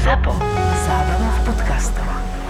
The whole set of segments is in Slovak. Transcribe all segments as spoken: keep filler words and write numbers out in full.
Zapo. Zábrná v podcastov.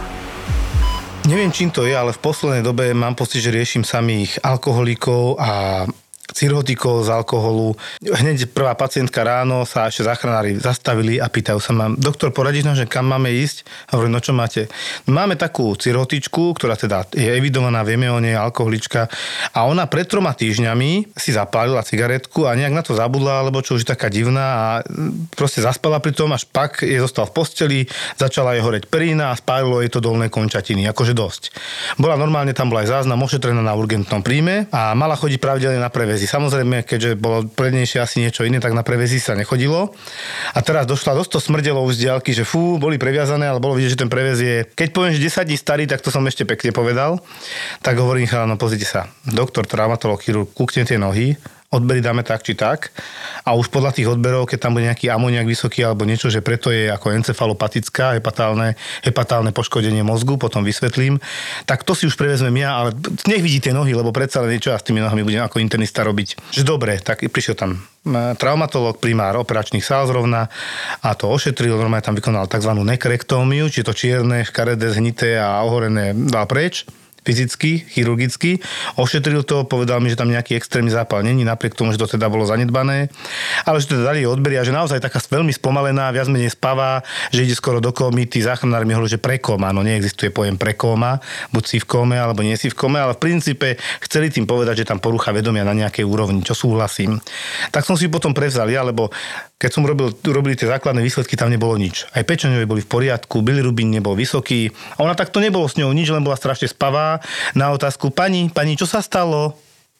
Neviem, čím to je, ale v poslednej dobe mám pocit, že riešim samých alkoholikov a cirhotikov z alkoholu. Hneď prvá pacientka ráno sa ešte záchranári zastavili a pýtajú sa ma, doktor, poradíš nám, že kam máme ísť? A hovorím, no čo máte? Máme takú cirhotičku, ktorá teda je evidovaná, vieme o nej, alkoholička, a ona pred troma týždňami si zapálila cigaretku a nejak na to zabudla, alebo čo už je taká divná, a proste zaspala pri tom, až pak jej zostal v posteli, začala jej horeť perína a spálilo jej to dolné končatiny, akože dosť. Bola normálne, tam bola aj záznam, ošetrená na urgentnom príjme a mala chodiť pravidelne na prevezy. Samozrejme, keďže bolo prednejšie asi niečo iné, tak na prevezy sa nechodilo. A teraz došla, dosť to smrdelo už z diaľky, že fú, boli previazané, ale bolo vidieť, že ten prevez je, keď poviem, že desať dní starý, tak to som ešte pekne povedal. Tak hovorím, chalano, pozrite sa, doktor, traumatolog, chirurg, kúkne tie nohy, odbery dáme tak či tak, a už podľa tých odberov, keď tam bude nejaký amoniak vysoký alebo niečo, že preto je ako encefalopatická, hepatálne, hepatálne poškodenie mozgu, potom vysvetlím, tak to si už prevezmem ja, ale nech vidí tie nohy, lebo predsa len niečo ja s tými nohami budem ako internista robiť. Že dobre, tak prišiel tam traumatolog, primár operačných sál zrovna a to ošetril, normálne tam vykonal tzv. Nekrektómiu, či to čierne, škaredé, zhnité a ohorené dal preč. Fyzicky, chirurgicky, ošetril to, povedal mi, že tam nejaký extrémny zápal není, napriek tomu, že to teda bolo zanedbané, ale že teda dali odbery a že naozaj taká veľmi spomalená, viac menej spavá, že ide skoro do kómy, tí záchranári mi hovorili, že prekóma, no neexistuje pojem prekóma, buď si v kóme, alebo nie si v kóme, ale v princípe chceli tým povedať, že tam porucha vedomia na nejakej úrovni, čo súhlasím. Tak som si potom prevzal ja, lebo keď som robil, robili tie základné výsledky, tam nebolo nič. Aj pečeňové boli v poriadku, bilirubín nebol vysoký a ona takto nebolo s ňou nič, len bola strašne spavá. Na otázku, pani, pani, čo sa stalo?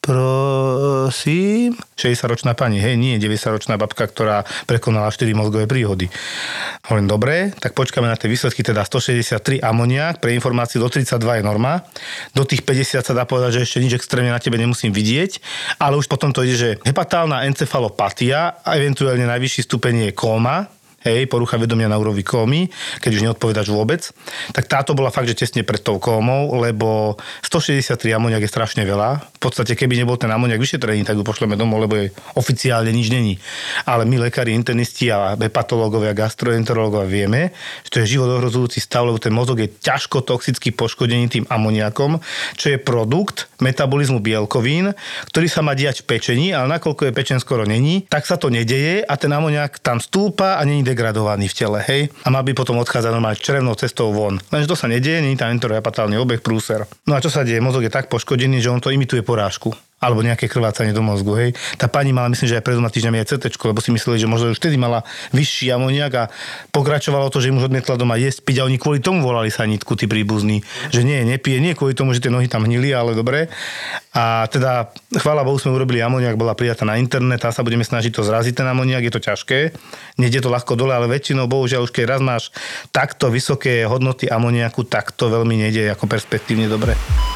Prosím? šesťdesiatročná pani, hej, nie deväťdesiatročná babka, ktorá prekonala štyri mozgové príhody. Hovorím, dobre, tak počkáme na tie výsledky, teda stošesťdesiattri amoniak, pre informáciu do tridsaťdva je norma, do tých päťdesiat sa dá povedať, že ešte nič extrémne na tebe nemusím vidieť, ale už potom to ide, že hepatálna encefalopatia a eventuálne najvyšší stupeň je kóma, hej, porucha vedomia na úrovni kómy, keď už neodpovedáš vôbec, tak táto bola fakt, že tesne pred tou kómou, lebo stošesťdesiattri amoniak je strašne veľa. V podstate, keby nebol ten amoniak vyšetrený, tak ju pošleme domov, lebo je oficiálne nič není. Ale my, lekári, internisti a hepatológovia, gastroenterológovia vieme, že to je životohrozujúci stav, lebo ten mozog je ťažko toxicky poškodený tým amoniakom, čo je produkt metabolizmu bielkovín, ktorý sa má diať v pečení, ale nakoľko je pečen skoro není, tak sa to nedeje a ten amoniak tam stúpa a není degradovaný v tele, hej? A má by potom odchádzať normálne črevnou cestou von. Lenže to sa nedieje, nie je tam enterohepatálny obeh, prúser. No a čo sa deje? Mozog je tak poškodený, že on to imituje porážku. Alebo nejaké krvácanie do mozgu, hej. Tá pani mala, myslím, že aj pred dvoma týždňami aj cé téčko, lebo si mysleli, že možno už vtedy mala vyšší amoniak a pokračovalo to, že im už odmietla doma jesť, piť a oni kvôli tomu volali sanitku, tí príbuzní, že nie, nepije, nie kvôli tomu, že tie nohy tam hnili, ale dobre. A teda, chvála Bohu, sme urobili amoniak, bola prijatá na internet a sa budeme snažiť to zraziť ten amoniak, je to ťažké. Nejde to ľahko dole, ale väčšinou, bohužiaľ, už keď raz máš takto vysoké hodnoty amoniaku, tak to veľmi nejde ako perspektívne dobre.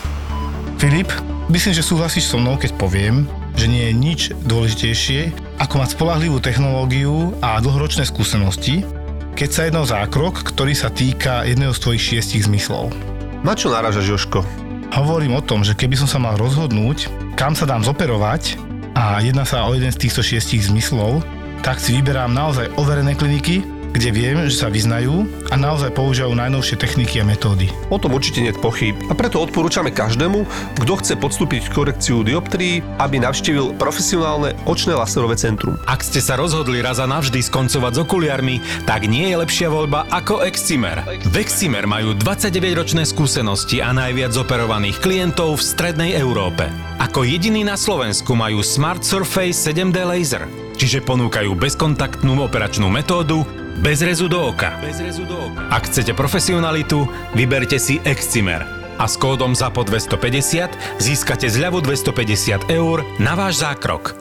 Filip, myslím, že súhlasíš so mnou, keď poviem, že nie je nič dôležitejšie, ako mať spoľahlivú technológiu a dlhoročné skúsenosti, keď sa jedná o zákrok, ktorý sa týka jedného z tvojich šiestich zmyslov. Na čo narážaš, Jožko? Hovorím o tom, že keby som sa mal rozhodnúť, kam sa dám zoperovať a jedná sa o jeden z týchto šiestich zmyslov, tak si vyberám naozaj overené kliniky, kde viem, že sa vyznajú a naozaj používajú najnovšie techniky a metódy. O tom určite nie je pochyb a preto odporúčame každému, kto chce podstúpiť korekciu dioptrií, aby navštívil profesionálne očné laserové centrum. Ak ste sa rozhodli raz a navždy skoncovať s okuliarmi, tak nie je lepšia voľba ako Excimer. V Excimer majú dvadsaťdeväťročné skúsenosti a najviac operovaných klientov v strednej Európe. Ako jediný na Slovensku majú Smart Surface sedem dé laser, čiže ponúkajú bezkontaktnú operačnú metódu bez rezu do oka. Bez rezu do oka. Ak chcete profesionalitu, vyberte si Excimer a s kódom ZAPO dvestopäťdesiat získate zľavu dvestopäťdesiat eur na váš zákrok.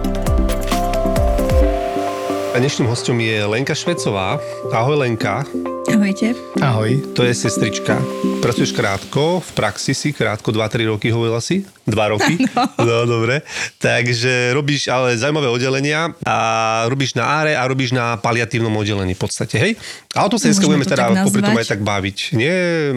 Dnešným hosťom je Lenka Švecová. Ahoj, Lenka. Ahojte. Ahoj. To je sestrička. Pracuješ krátko, v praxi si krátko, dva tri roky hovorila si? dva roky? No. no, dobre. Takže robíš ale zaujímavé oddelenia a robíš na áre a robíš na paliatívnom oddelení v podstate, hej? A o tom sa dneska budeme teda popri tom aj tak baviť. Nie,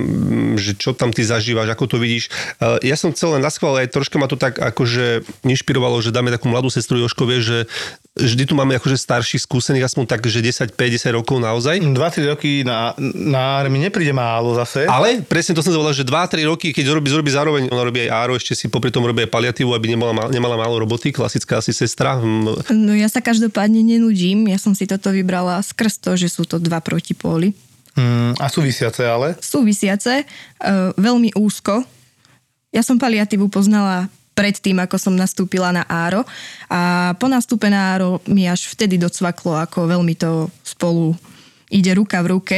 že čo tam ty zažívaš, ako to vidíš. Ja som chcel len naschvál, aj troška ma to tak akože inšpirovalo, že dáme takú mladú sestru Jožko, vie, že vždy tu máme akože starších skúsených, aspoň tak, že desať päťdesiat rokov naozaj. dva tri roky na, na áre mi nepríde málo zase. Ale presne to som zavolal, že dva tri roky, keď robí, robí zároveň, ona robí aj áro, ešte si popri tom robí aj paliatívu, aby nemala, nemala málo roboty, klasická asi sestra. No ja sa každopádne nenudím, ja som si toto vybrala skrz to, že sú to dva protipóly. Hmm, a súvisiace ale? Súvisiace, e, veľmi úzko. Ja som paliatívu poznala predtým, ako som nastúpila na áro a po nástupe na áro mi až vtedy docvaklo, ako veľmi to spolu ide ruka v ruke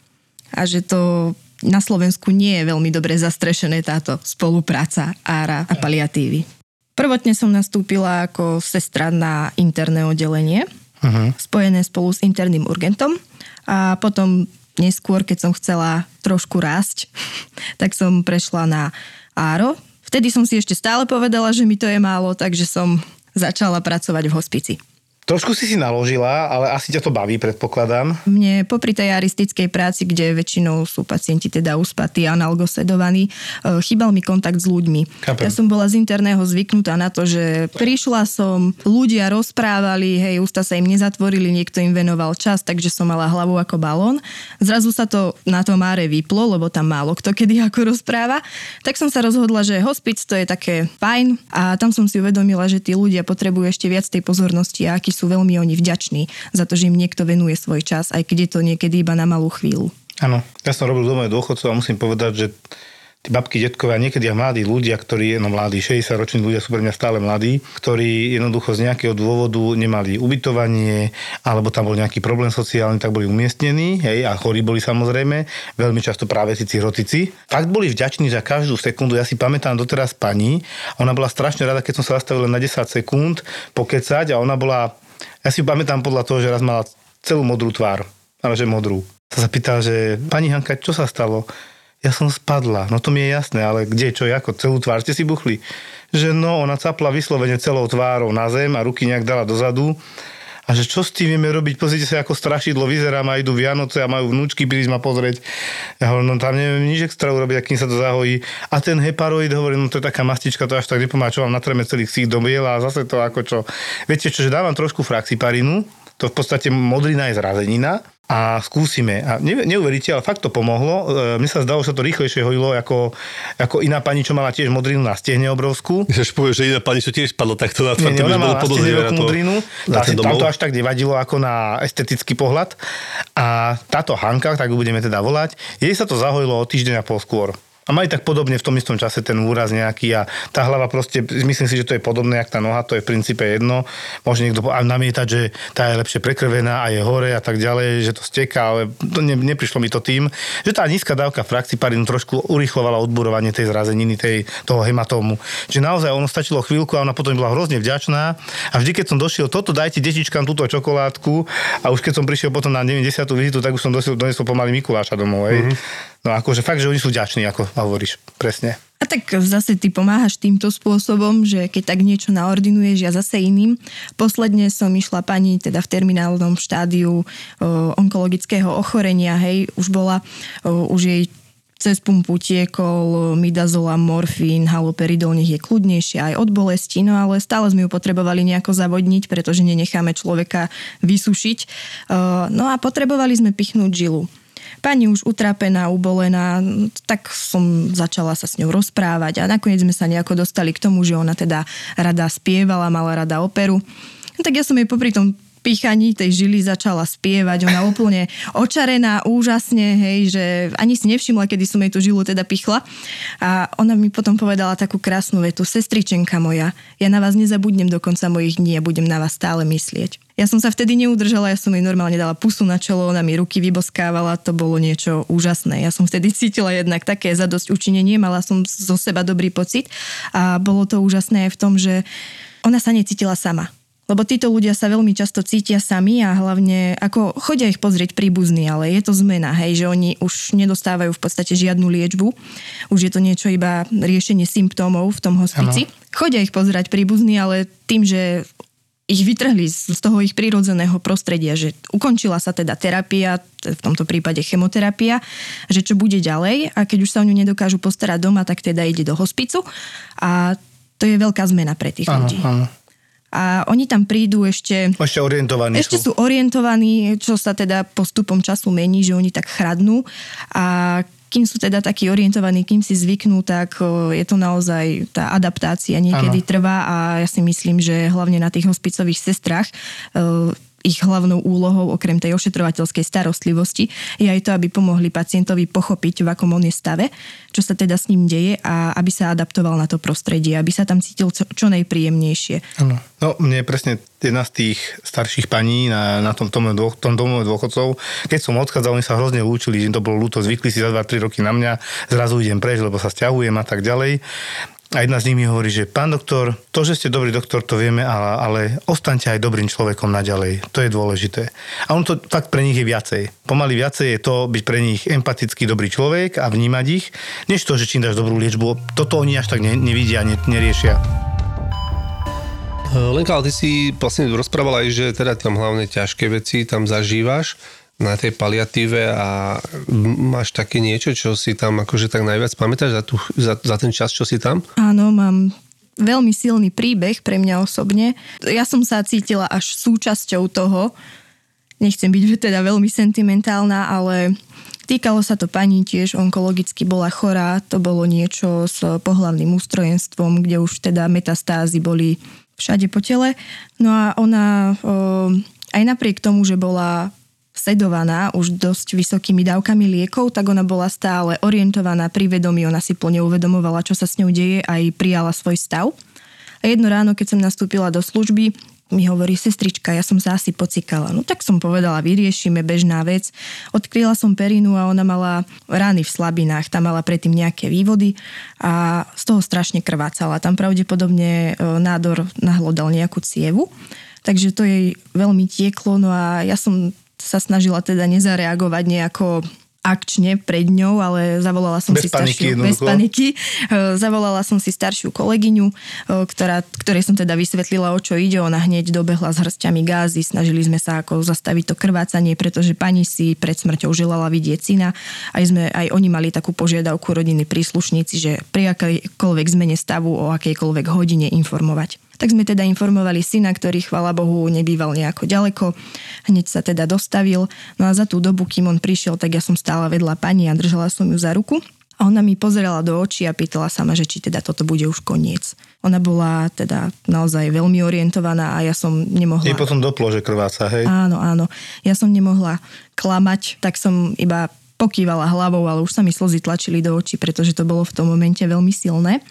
a že to na Slovensku nie je veľmi dobre zastrešené táto spolupráca ára a paliatívy. Prvotne som nastúpila ako sestra na interné oddelenie, uh-huh. spojené spolu s interným urgentom a potom neskôr, keď som chcela trošku rásť, tak som prešla na áro. Vtedy som si ešte stále povedala, že mi to je málo, takže som začala pracovať v hospici. Trošku si si naložila, ale asi ťa to baví, predpokladám. Mne popri tej aristickej práci, kde väčšinou sú pacienti teda uspatí, analgosedovaní, chýbal mi kontakt s ľuďmi. Chápem. Ja som bola z interného zvyknutá na to, že prišla som, ľudia rozprávali, hej, ústa sa im nezatvorili, niekto im venoval čas, takže som mala hlavu ako balón. Zrazu sa to na tom áre vyplo, lebo tam málo kto kedy ako rozpráva. Tak som sa rozhodla, že hospic to je také fajn a tam som si uvedomila, že tí ľudia potrebujú ešte viac tej pozornosti a akí sú veľmi oni vďační za to, že im niekto venuje svoj čas, aj keď je to niekedy iba na malú chvíľu. Áno, ja som robil domov dôchodcov a musím povedať, že tí babky, detkovia, niekedy aj mladí ľudia, ktorí, no mladí, šesťdesiatroční ľudia sú pre mňa stále mladí, ktorí jednoducho z nejakého dôvodu nemali ubytovanie, alebo tam bol nejaký problém sociálny, tak boli umiestnení, hej, a chorí boli samozrejme, veľmi často práve tí cirotici. Fakt boli vďační za každú sekundu. Ja si pamätám doteraz pani, ona bola strašne rada, keď som sa zastavil len na desať sekúnd pokecať a ona bola, ja si pamätám podľa toho, že raz mala celú modrú tvár, ale že modrú. Sa zapýtal, že pani Hanka, čo sa stalo? Ja som spadla. No to mi je jasné, ale kde, čo, ako celú tvár ste si buchli? Že no, ona capla vyslovene celou tvárou na zem a ruky nejak dala dozadu. A že čo s tým vieme robiť? Pozrite sa, ako strašidlo vyzerá, a idú Vianoce a majú vnúčky prísť ma pozrieť. Ja hovorím, no tam neviem nič extra urobiť, akým sa to zahojí. A ten heparoid, hovorím, no to je taká mastička, to až tak nepomáha, čo vám natreme celých sík do biela a zase to ako čo. Viete čo, že dávam trošku fraxiparinu, to v podstate modrina je zrazenina a skúsime. A ne, neuveríte, ale fakt to pomohlo. Mne sa zdalo, že sa to rýchlejšie hojilo ako, ako iná pani, čo mala tiež modrinu na stehne obrovskú. Že povieš, že iná pani, čo tiež padla takto na tvár, to by bolo podozrivé na to. Modrinu, na ten tam to až tak nevadilo ako na estetický pohľad. A táto Hanka, tak ju budeme teda volať, jej sa to zahojilo o týždeň a pol skôr. A mali tak podobne v tom istom čase ten úraz nejaký a tá hlava proste, myslím si, že to je podobné, jak tá noha, to je v princípe jedno. Môže niekto aj namietať, že tá je lepšie prekrvená a je hore a tak ďalej, že to steká, ale to ne, neprišlo mi to tým, že tá nízka dávka fraxiparinu trošku urýchlovala odburovanie tej zrazeniny, tej, toho hematómu. Že naozaj ono stačilo chvíľku a ona potom bola hrozne vďačná a vždy, keď som došiel, toto dajte detičkám túto čokoládku a už keď som prišiel potom na deväťdesiatu vizitu, tak už som došiel, doniesol pomaly Mikuláša domov, hej. Mm-hmm. No akože fakt, že oni sú vďační, ako hovoríš, presne. A tak zase ty pomáhaš týmto spôsobom, že keď tak niečo naordinuješ, ja zase iným. Posledne som išla pani teda v terminálnom štádiu o, onkologického ochorenia, hej, už bola, o, už jej cez pumpu tiekol midazolam, morfín, haloperidol, nech je kľudnejšie aj od bolesti, no ale stále sme ju potrebovali nejako zavodniť, pretože nenecháme človeka vysušiť. No a potrebovali sme pichnúť žilu. Pani už utrapená, ubolená, tak som začala sa s ňou rozprávať a nakoniec sme sa nejako dostali k tomu, že ona teda rada spievala, mala rada operu. No, tak ja som jej popri tom píchaní tej žily začala spievať, ona úplne očarená, úžasne, hej, že ani si nevšimla, kedy som jej tú žilu teda pichla. A ona mi potom povedala takú krásnu vetu: sestričenka moja, ja na vás nezabudnem do konca mojich dní a budem na vás stále myslieť. Ja som sa vtedy neudržala, ja som jej normálne dala pusu na čelo, ona mi ruky vyboskávala, to bolo niečo úžasné. Ja som vtedy cítila jednak také zadosť učinenie, mala som zo seba dobrý pocit a bolo to úžasné aj v tom, že ona sa necítila sama. Lebo títo ľudia sa veľmi často cítia sami a hlavne ako chodia ich pozrieť príbuzní, ale je to zmena, hej, že oni už nedostávajú v podstate žiadnu liečbu. Už je to niečo iba riešenie symptómov v tom hospici. Ano. Chodia ich pozerať príbuzní, ale tým, že ich vytrhli z toho ich prírodzeného prostredia, že ukončila sa teda terapia, v tomto prípade chemoterapia, že čo bude ďalej a keď už sa o ňu nedokážu postarať doma, tak teda ide do hospicu a to je veľká zmena pre tých áno, ľudí. Áno. A oni tam prídu ešte... Ešte orientovaní Ešte sú orientovaní, čo sa teda postupom času mení, že oni tak chradnú a kým sú teda takí orientovaní, kým si zvyknú, tak je to naozaj tá adaptácia niekedy ano. Trvá a ja si myslím, že hlavne na tých hospicových sestrách ich hlavnou úlohou, okrem tej ošetrovateľskej starostlivosti, je aj to, aby pomohli pacientovi pochopiť, v akom on je stave, čo sa teda s ním deje a aby sa adaptoval na to prostredie, aby sa tam cítil čo, čo najpríjemnejšie. Áno. No, mne je presne jedna z tých starších paní na, na tom, tom, tom domove dôchodcov, keď som odchádzal, oni sa hrozne lúčili, že im to bolo ľúto, zvykli si za dva tri roky na mňa, zrazu idem preč, lebo sa sťahujem a tak ďalej. A jedna z nich mi hovorí, že pán doktor, to, že ste dobrý doktor, to vieme, ale, ale ostaňte aj dobrým človekom naďalej. To je dôležité. A on to fakt pre nich je viacej. Pomaly viacej je to byť pre nich empatický dobrý človek a vnímať ich, než to, že čím dáš dobrú liečbu. Toto oni až tak ne, nevidia, ne, neriešia. Lenka, ale ty si vlastne rozprávala aj, že teda tam hlavne ťažké veci tam zažívaš na tej paliatíve a máš také niečo, čo si tam akože tak najviac pamätáš za, tú, za, za ten čas, čo si tam? Áno, mám veľmi silný príbeh pre mňa osobne. Ja som sa cítila až súčasťou toho, nechcem byť teda veľmi sentimentálna, ale týkalo sa to pani tiež, onkologicky bola chorá, to bolo niečo s pohlavným ústrojenstvom, kde už teda metastázy boli všade po tele. No a ona o, aj napriek tomu, že bola sedovaná už dosť vysokými dávkami liekov, tak ona bola stále orientovaná pri vedomí, ona si plne uvedomovala, čo sa s ňou deje a aj prijala svoj stav. A jedno ráno, keď som nastúpila do služby, mi hovorí, sestrička, ja som sa asi pocikala. No tak som povedala, vyriešime, bežná vec. Odkryla som perinu a ona mala rány v slabinách, tam mala predtým nejaké vývody a z toho strašne krvácala. Tam pravdepodobne nádor nahlodal nejakú cievu, takže to jej veľmi tieklo, no a ja som sa snažila teda nezareagovať nejako akčne pred ňou, ale zavolala som bez si staršiu... Paniky, bez paniky. Zavolala som si staršiu kolegyňu, ktorá, ktorej som teda vysvetlila, o čo ide. Ona hneď dobehla s hrstiami gázy. Snažili sme sa ako zastaviť to krvácanie, pretože pani si pred smrťou želala vidieť syna. Aj, sme, aj oni mali takú požiadavku rodiny príslušníci, že pri akejkoľvek zmene stavu o akejkoľvek hodine informovať. Tak sme teda informovali syna, ktorý, chvála Bohu, nebýval nejako ďaleko. Hneď sa teda dostavil. No a za tú dobu, kým on prišiel, tak ja som stála vedľa pani a držala som ju za ruku. A ona mi pozerala do očí a pýtala sa ma, že či teda toto bude už koniec. Ona bola teda naozaj veľmi orientovaná a ja som nemohla... Je potom doplo, že krváca, hej? Áno, áno. Ja som nemohla klamať, tak som iba pokývala hlavou, ale už sa mi slzy tlačili do očí, pretože to bolo v tom momente veľmi silné.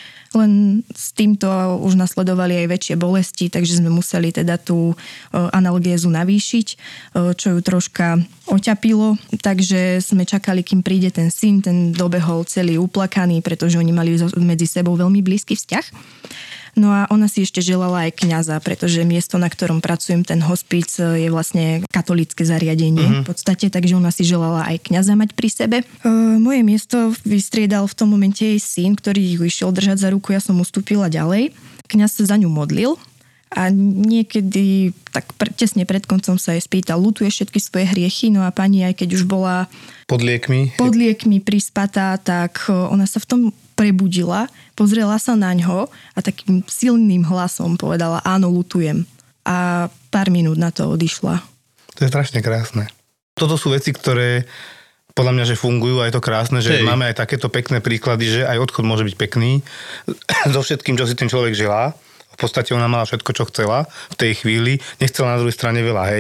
Len s týmto už nasledovali aj väčšie bolesti, takže sme museli teda tú analgézu navýšiť, čo ju troška oťapilo. Takže sme čakali, kým príde ten syn, ten dobehol celý uplakaný, pretože oni mali medzi sebou veľmi blízky vzťah. No a ona si ešte želala aj kňaza, pretože miesto, na ktorom pracujem, ten hospic, je vlastne katolícke zariadenie uh-huh. v podstate, takže ona si želala aj kňaza mať pri sebe. E, moje miesto vystriedal v tom momente jej syn, ktorý ju išiel držať za ruku, ja som ustúpila ďalej. Kňaz sa za ňu modlil a niekedy, tak pre, tesne pred koncom sa jej spýtal, ľutuje všetky svoje hriechy, no a pani, aj keď už bola pod liekmi, pod liekmi prispatá, tak ona sa v tom prebudila, pozrela sa na ňo a takým silným hlasom povedala, áno, ľutujem. A pár minút na to odišla. To je strašne krásne. Toto sú veci, ktoré podľa mňa, že fungujú a je to krásne, že Hej. máme aj takéto pekné príklady, že aj odchod môže byť pekný so všetkým, čo si ten človek želá. V podstate ona mala všetko, čo chcela v tej chvíli. Nechcela na druhej strane veľa, hej.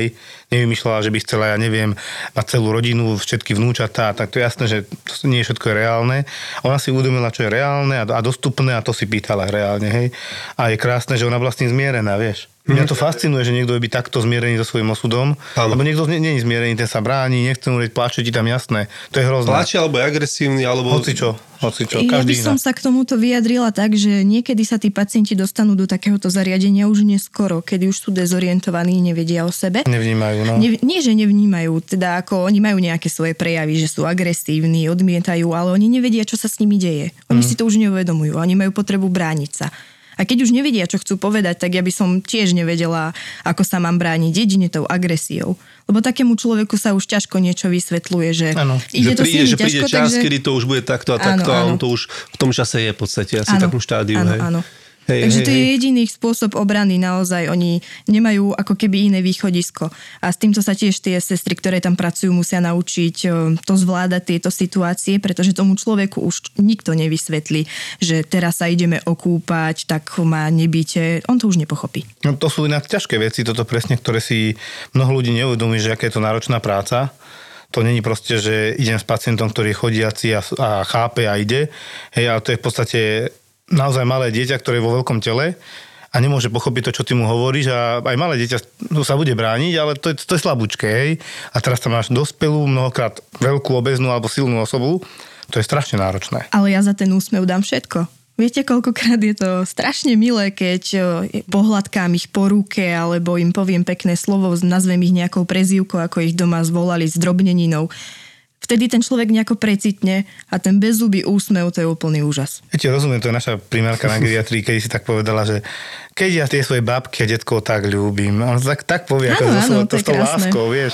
nevymýšľala, že by chcela, ja neviem, mať celú rodinu, všetky vnúčatá, tak to je jasné, že to nie je všetko je reálne. Ona si uvedomila, čo je reálne a, a dostupné a to si pýtala reálne, hej. A je krásne, že ona vlastne zmierená, vieš. Mňa to fascinuje, že niekto je byť takto zmierený so svojím osudom, Áno. lebo niekto nie, nie je zmierený, ten sa bráni, nechce umrieť, pláče ti tam jasné. To je hrozné. Pláče, alebo je agresívny, alebo... Hocičo, hocičo, Ja každý by som iná. sa k tomuto vyjadrila tak, že niekedy sa tí pacienti dostanú do takéhoto zariadenia už neskoro, kedy už sú dezorientovaní, nevedia o sebe. Nevnímajú, no. Ne, nie, že nevnímajú, teda ako oni majú nejaké svoje prejavy, že sú agresívni, odmietajú, ale oni nevedia, čo sa s nimi deje. Oni mm. si to už neuvedomujú, oni majú potrebu brániť sa. A keď už nevedia, čo chcú povedať, tak ja by som tiež nevedela, ako sa mám brániť jedine tou agresiou. Lebo takému človeku sa už ťažko niečo vysvetľuje, že ano. ide Že to príde, s nimi že ťažko, príde čas, takže... kedy to už bude takto a takto Áno, a on áno. to už v tom čase je v podstate asi v Áno, takom štádiu. áno, hej. áno. Hej, Takže hej, to je hej. jediný spôsob obrany naozaj. Oni nemajú ako keby iné východisko. A s týmto sa tiež tie sestry, ktoré tam pracujú, musia naučiť to zvládať tieto situácie, pretože tomu človeku už nikto nevysvetlí, že teraz sa ideme okúpať, tak ma nebíte. On to už nepochopí. No, to sú inak ťažké veci, toto presne, ktoré si mnoho ľudí neuvedomí, že aká je to náročná práca. To není proste, že idem s pacientom, ktorý je chodiaci a, a chápe a ide. Hej, ale to je v podstate naozaj malé dieťa, ktoré je vo veľkom tele a nemôže pochopiť to, čo ty mu hovoríš a aj malé dieťa sa bude brániť, ale to je, to je slabúčké, hej. A teraz tam máš dospelú, mnohokrát veľkú, obeznú alebo silnú osobu. To je strašne náročné. Ale ja za ten úsmev dám všetko. Viete, koľkokrát je to strašne milé, keď pohľadkám ich po ruke alebo im poviem pekné slovo, nazvem ich nejakou prezývkou, ako ich doma zvolali, s drobneninou. Vtedy ten človek nejako precitne a ten bezzubý úsmev, to je úplný úžas. Viete, rozumiem, to je naša primárka na geriatrii, keď si tak povedala, že keď ja tie svoje babky a detko tak ľúbim. On tak, tak povie, Áno, ako áno, so, to to je s tou krásne. láskou, vieš.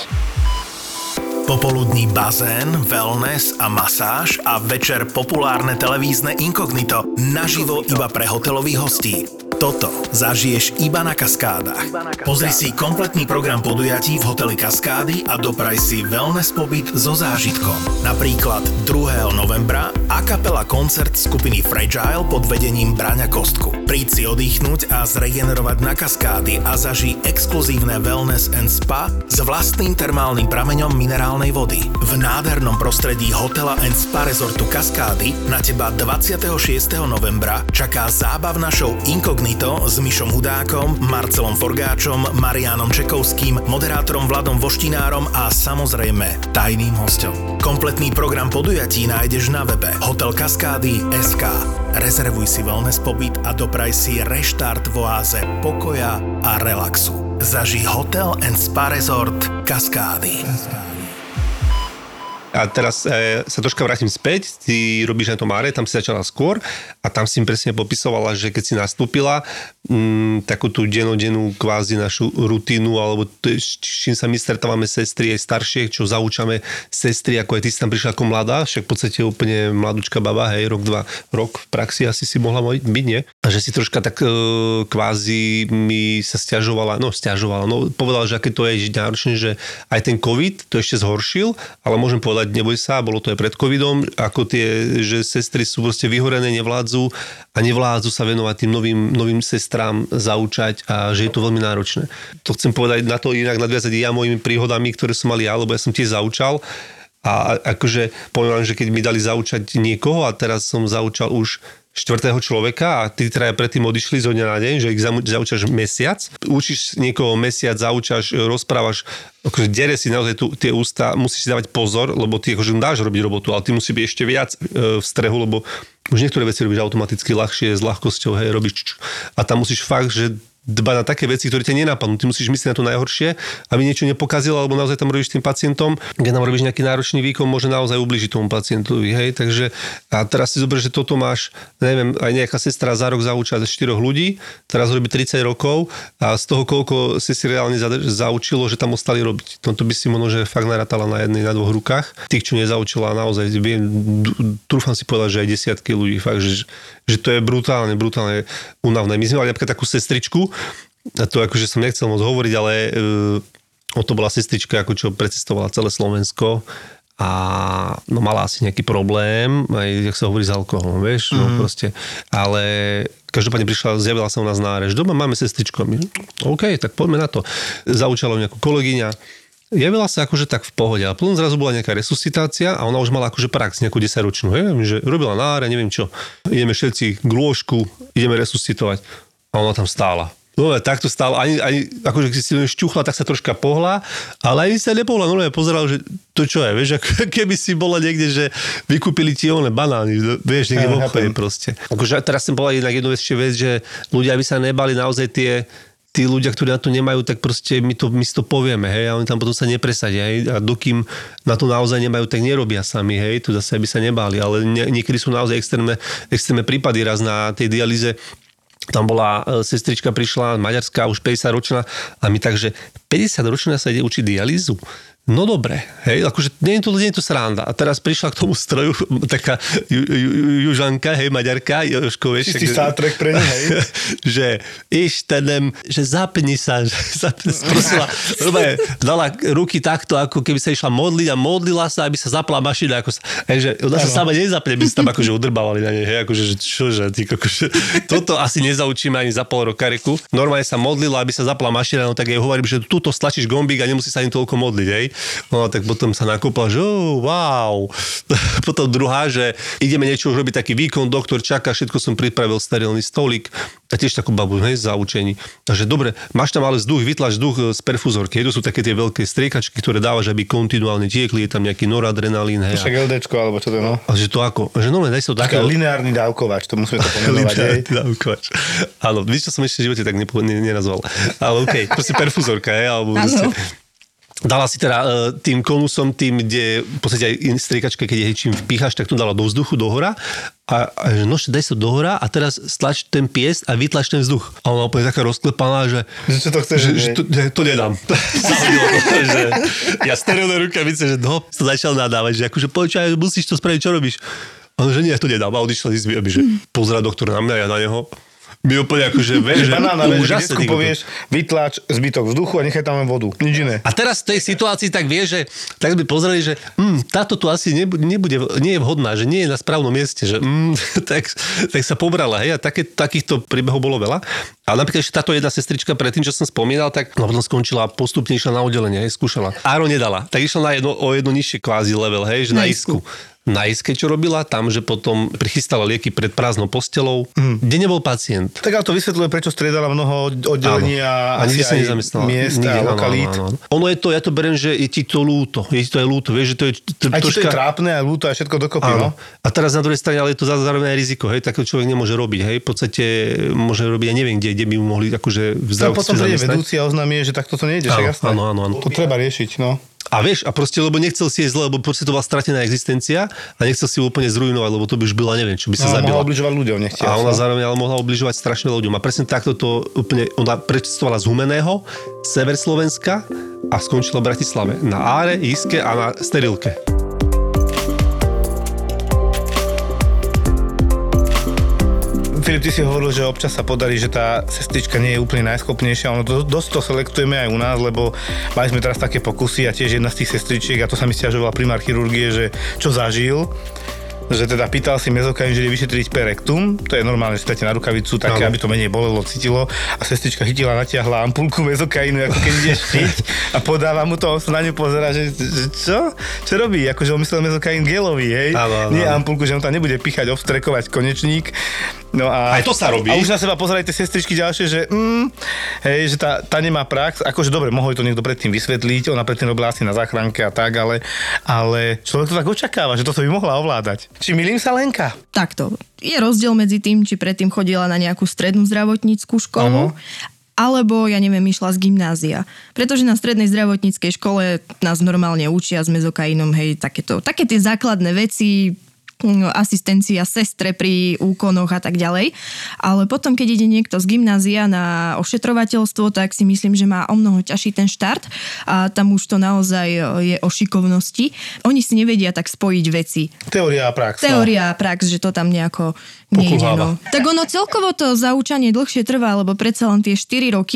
Popoludní bazén, wellness a masáž a večer populárne televízne inkognito naživo iba pre hotelových hostí. Toto zažiješ iba na Kaskádach. Pozri si kompletný program podujatí v hoteli Kaskády a dopraj si wellness pobyt so zážitkom. Napríklad druhého novembra a kapela koncert skupiny Fragile pod vedením Braňa Kostku. Príď si oddychnúť a zregenerovať na Kaskády a zažij exkluzívne wellness and spa s vlastným termálnym prameňom minerálnej vody. V nádhernom prostredí hotela and spa rezortu Kaskády na teba dvadsiateho šiesteho novembra čaká zábavná show Inkognito s Mišom Hudákom, Marcelom Forgáčom, Mariánom Čekovským, moderátorom Vladom Voštinárom a samozrejme tajným hosťom. Kompletný program podujatí nájdeš na webe hotel kaskády bodka es ká. Rezervuj si wellness pobyt a dopraj si reštart v oáze pokoja a relaxu. Zaži Hotel and Spa Resort Kaskády. A teraz e, sa troška vrátim späť, ty robíš na tom áre, tam si začala skôr a tam si mi presne popisovala, že keď si nastúpila m, takú tú denodennú kvázi našu rutínu, alebo t- s čím sa my stretávame sestry aj staršie, čo zaučame sestry, ako aj ty si tam prišla ako mladá, však v podstate úplne mladúčka baba, hej, rok, dva, rok v praxi asi si mohla byť, nie? A že si troška tak e, kvázi mi sa sťažovala, no sťažovala, no povedala, že aké to je náročné, že aj ten COVID to ešte zhoršil, ale môžem povedať, neboj sa, bolo to aj pred covidom, ako tie, že sestry sú proste vyhorené, nevládzu a nevládzu sa venovať tým novým, novým sestrám, zaučať a že je to veľmi náročné. To chcem povedať na to inak nadviazať ja mojimi príhodami, ktoré som mal ja, lebo ja som tiež zaučal a akože poviem vám, že keď mi dali zaučať niekoho a teraz som zaučal už štvrtého človeka a ty teda predtým odišli zo dňa na deň, že ich zaučaš mesiac. Učíš niekoho mesiac, zaučaš, rozprávaš, akože dere si naozaj tu, tie ústa, musíš si dávať pozor, lebo ty akože dáš robiť robotu, ale ty musí byť ešte viac e, v strehu, lebo už niektoré veci robíš automaticky ľahšie, s ľahkosťou, hej, robíš čč, a tam musíš fakt, že dbať na také veci, ktoré ťa nenapadnú. Ty musíš myslieť na to najhoršie, aby niečo nepokazilo, alebo naozaj tam robíš tým pacientom. Keď tam robíš nejaký náročný výkon, môže naozaj ublížiť tomu pacientovi. Hej? Takže a teraz si zober, že toto máš, neviem, aj nejaká sestra za rok zaučila štyroch ľudí, teraz robí tridsať rokov a z toho, koľko si si reálne zaučilo, že tam ostali robiť. Toto by si možno, že fakt narátala na jednej, na dvoch rukách. Tých, čo nezaučila, naozaj viem, trúfam si povedať, že aj desiatky ľudí. Fakt, že, že to je brutálne, brutálne únavné. My sme mali napríklad takú sestričku, a to akože som nechcel moc hovoriť, ale uh, o to bola sestrička, ako čo precestovala celé Slovensko a no mala asi nejaký problém, aj jak sa hovorí s alkoholom, vieš, mm. no proste, ale každopádne prišla, zjavila sa u nás na áre, že doma máme sestričku, my, OK, tak poďme na to. Zaučala nejakú kolegyňa javila sa akože tak v pohode, a potom zrazu bola nejaká resuscitácia a ona už mala akože prax, nejakú desaťročnú, hej, že robila na áre, neviem čo. Ideme všetci k lôžku, ideme resuscitovať. A ona tam stála. No takto stála, ani, ani akože keď si šťuchla, tak sa troška pohla, ale ani sa nepohla, normálne pozeral, že to čo je, vieš, ako keby si bola niekde, že vykúpili ti one banány, vieš, niekde v obchode proste. Akože teraz som povedal jednak jednu ešte vec, že ľudia by sa nebali naozaj tie tí ľudia, ktorí na to nemajú, tak proste my, to, my si to povieme, hej, a oni tam potom sa nepresadia, hej, a dokým na to naozaj nemajú, tak nerobia sami, hej, tu zase by sa nebáli, ale nie, niekedy sú naozaj extrémne, extrémne prípady, raz na tej dialýze tam bola sestrička, prišla maďarská, už päťdesiatročná a mi tak, že päťdesiatročná sa ide učiť dialýzu. No dobre, hej, akože nie je to, nie je to sranda. A teraz prišla k tomu stroju taká ju, ju, južanka, hej, maďarka, Jožko, vieš. Čistý sátrek pre ne, hej. Že iš tenem, že zapni sa, že zapni, prosila, dobre, dala ruky takto, ako keby sa išla modliť a modlila sa, aby sa zapla mašina. Ako sa, hej, že ona sa sama nezapne, by sa tam akože udrbávali na nej, hej, akože, že čože, ty, akože, toto asi nezaučíme ani za pol roka, reku. Normálne sa modlila, aby sa zapla mašina, no tak jej hovorím, že tuto stlačíš gombík a nemusí sa ani toľko modliť, hej. No tak potom sa nakúpla, že oh, wow. Potom druhá, že ideme niečo už robiť, taký výkon, doktor čaká, všetko som pripravil, sterilný stolík a tiež takú babu, hej, zaučení. Takže dobre, máš tam ale vzduch, vytlač vzduch z perfúzorky. To sú také tie veľké striekačky, ktoré dávaš, aby kontinuálne tiekli, je tam nejaký noradrenalín, hej. Však LDčko, alebo čo to je, no. A že to ako? Že no, daj sa to také. Lineárny dávkovač, to musíme to pomenovať, hej. Lineárny dávkovač. Áno, víš, čo som ešte v živote tak nepo, ne, nenazval. Ale okej, okay, proste perfúzorka, hej, alebo proste. Dala si teda uh, tým konusom, tým, kde v podstate aj striekačka, keď je čím vpíchaš, tak to dala do vzduchu, do hora. A, a že no, daj sa do hora a teraz stlač ten piest a vytlač ten vzduch. A ona úplne taká rozklepaná, že, že čo to chceš, že, že to, že to nedám. Zahodilo to, že ja sterilné rukavice, že no, to začal nadávať, že akože počkaj, musíš to spraviť, čo robíš? A on, že nie, to nedám. A odišla z izby, aby že pozerá doktor na mňa, ja na neho. My úplne akože, vieš, že banána, že detku povieš, vytlač zbytok vzduchu a nechaj tam len vodu. Nič iné. A teraz v tej situácii tak vieš, že tak by pozreli, že mm, táto tu asi nebude, nebude, nie je vhodná, že nie je na správnom mieste, že mm, tak, tak sa pobrala, hej, a také, takýchto príbehov bolo veľa. A napríklad ešte táto jedna sestrička predtým, čo som spomínal, tak no, potom skončila, postupne išla na oddelenie, hej, skúšala. Áro nedala, tak išla na jedno, o jedno nižšie kvázi level, hej, že na, na isku. Na iske, čo robila, tam, že potom prichystala lieky pred prázdnou postelou, mm. kde nebol pacient. Tak ale to vysvetľuje, prečo striedala mnoho oddelení a asi aj miest a lokalít. Áno, áno, áno. Ono je to, ja to beriem, že je ti to ľúto. Je ti to aj ľúto, vieš, že to je... To, aj troška... ti to je trápne a ľúto a všetko dokopy, no. A teraz na druhej strane, ale je to zároveň aj riziko, hej, takého človek nemôže robiť, hej, v podstate môže robiť, ja neviem, kde, kde by mu mohli akože v zdravotníctve zamestnať. No potom príde vedúci a oznámie, že takto to nejde, však jasné. Áno, áno, áno. To treba riešiť, no. A vieš, a proste, lebo nechcel si jesť zle, lebo proste to bola stratená existencia a nechcel si ju úplne zrujnovať, lebo to by už byla, neviem, čo by sa no, zabila. Mohla obližovať ľuďom, nechtiaľ. A ona zároveň ale mohla obližovať strašne ľuďom. A presne takto to úplne, ona prečestovala z Humeného, sever Slovenska a skončila v Bratislave. Na áre, iske a na sterilke. Filip, ty si hovoril, že občas sa podarí, že tá sestrička nie je úplne najschopnejšia. Ono to, dosť to selektujeme aj u nás, lebo mali sme teraz také pokusy a tiež jedna z tých sestričiek, a to sa mi sťažoval primár chirurgie, že čo zažil, že teda pýtal si mezokain, že je vyšetriť perektum, to je normálne, že dáte na rukavicu také, aby to menej bolelo, cítilo, a sestrička chytila, natiahla ampulku mezokainu, ako keď ideš šiť, a podáva mu to, on sa na ňu pozerá, že, že čo? Čo robí? Akože on myslel mezokain gelový, hej? Áno, áno. Nie ampulku, že on tam nebude píchať, obstrekovať konečník. No a, aj to sa robí. A už na seba pozerali tie sestričky ďalšie, že mm, hej, že tá, tá nemá prax, akože dobre, mohol to niekto predtým vysvetliť, ona predtým robila asi na záchranke a tak, ale, ale človek to tak očakáva, že toto by mohla ovládať. Či milím sa, Lenka? Takto. Je rozdiel medzi tým, či predtým chodila na nejakú strednú zdravotnícku školu, uh-huh. alebo, ja neviem, išla z gymnázia. Pretože na strednej zdravotníckej škole nás normálne učia s mezokainom, hej, takéto, také tie základné veci, asistencia sestre pri úkonoch a tak ďalej. Ale potom, keď ide niekto z gymnázia na ošetrovateľstvo, tak si myslím, že má o mnoho ťažší ten štart a tam už to naozaj je o šikovnosti. Oni si nevedia tak spojiť veci. Teória a prax. Teória a prax, že to tam nejako nejde. No. Tak ono celkovo to zaučanie dlhšie trvá, lebo predsa len tie štyri roky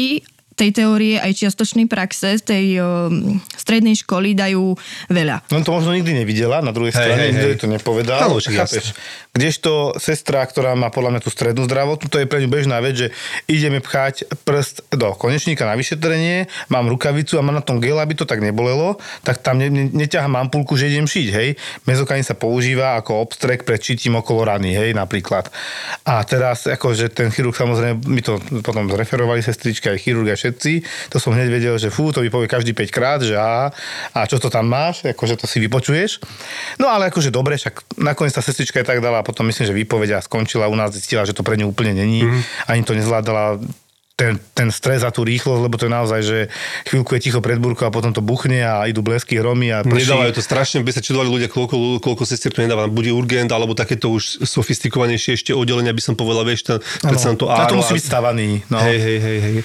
tej teórie aj čiastočnej praxe z tej o, strednej školy dajú veľa. No to možno nikdy nevidela, na druhej Hej, strane, hej, nikto hej. jej to nepovedal. Áno, však Chápeš? Kdežto sestra, ktorá má podľa mňa tú strednú zdravotnú, to je pre ňu bežná vec, že ideme pchať prst do konečníka na vyšetrenie, mám rukavicu a mám na tom gel, aby to tak nebolelo, tak tam ne, ne, neťahám ampulku, že idem šiť, hej. Mezokain sa používa ako obstrek pred šitím okolo rany, hej, napríklad. A teraz, akože ten chirurg, samozrejme, my to potom zreferovali sestrička, aj chirurg, aj všetci, to som hneď vedel, že fú, to vypovie každý päť krát, že aha, a čo to tam máš, akože to si vypočuješ. No ale akože dobre, však nakoniec tá sestrička aj tak dala a potom myslím, že výpoveď a skončila u nás, zistila, že to pre ňu úplne není, mm. ani to nezvládala ten, ten stres a tú rýchlosť, lebo to je naozaj, že chvíľku je ticho pred búrkou a potom to buchne a idú blesky, hromy a prší. Nedávajú to strašne, by sa čudovali ľudia, koľko, koľko sestier to nedáva. Bude urgent, alebo takéto už sofistikovanejšie ešte oddelenia, by som povedal, vieš, ten, predsa to na to áro musí a- byť stavaný. No. Hej, hej, hej, hej.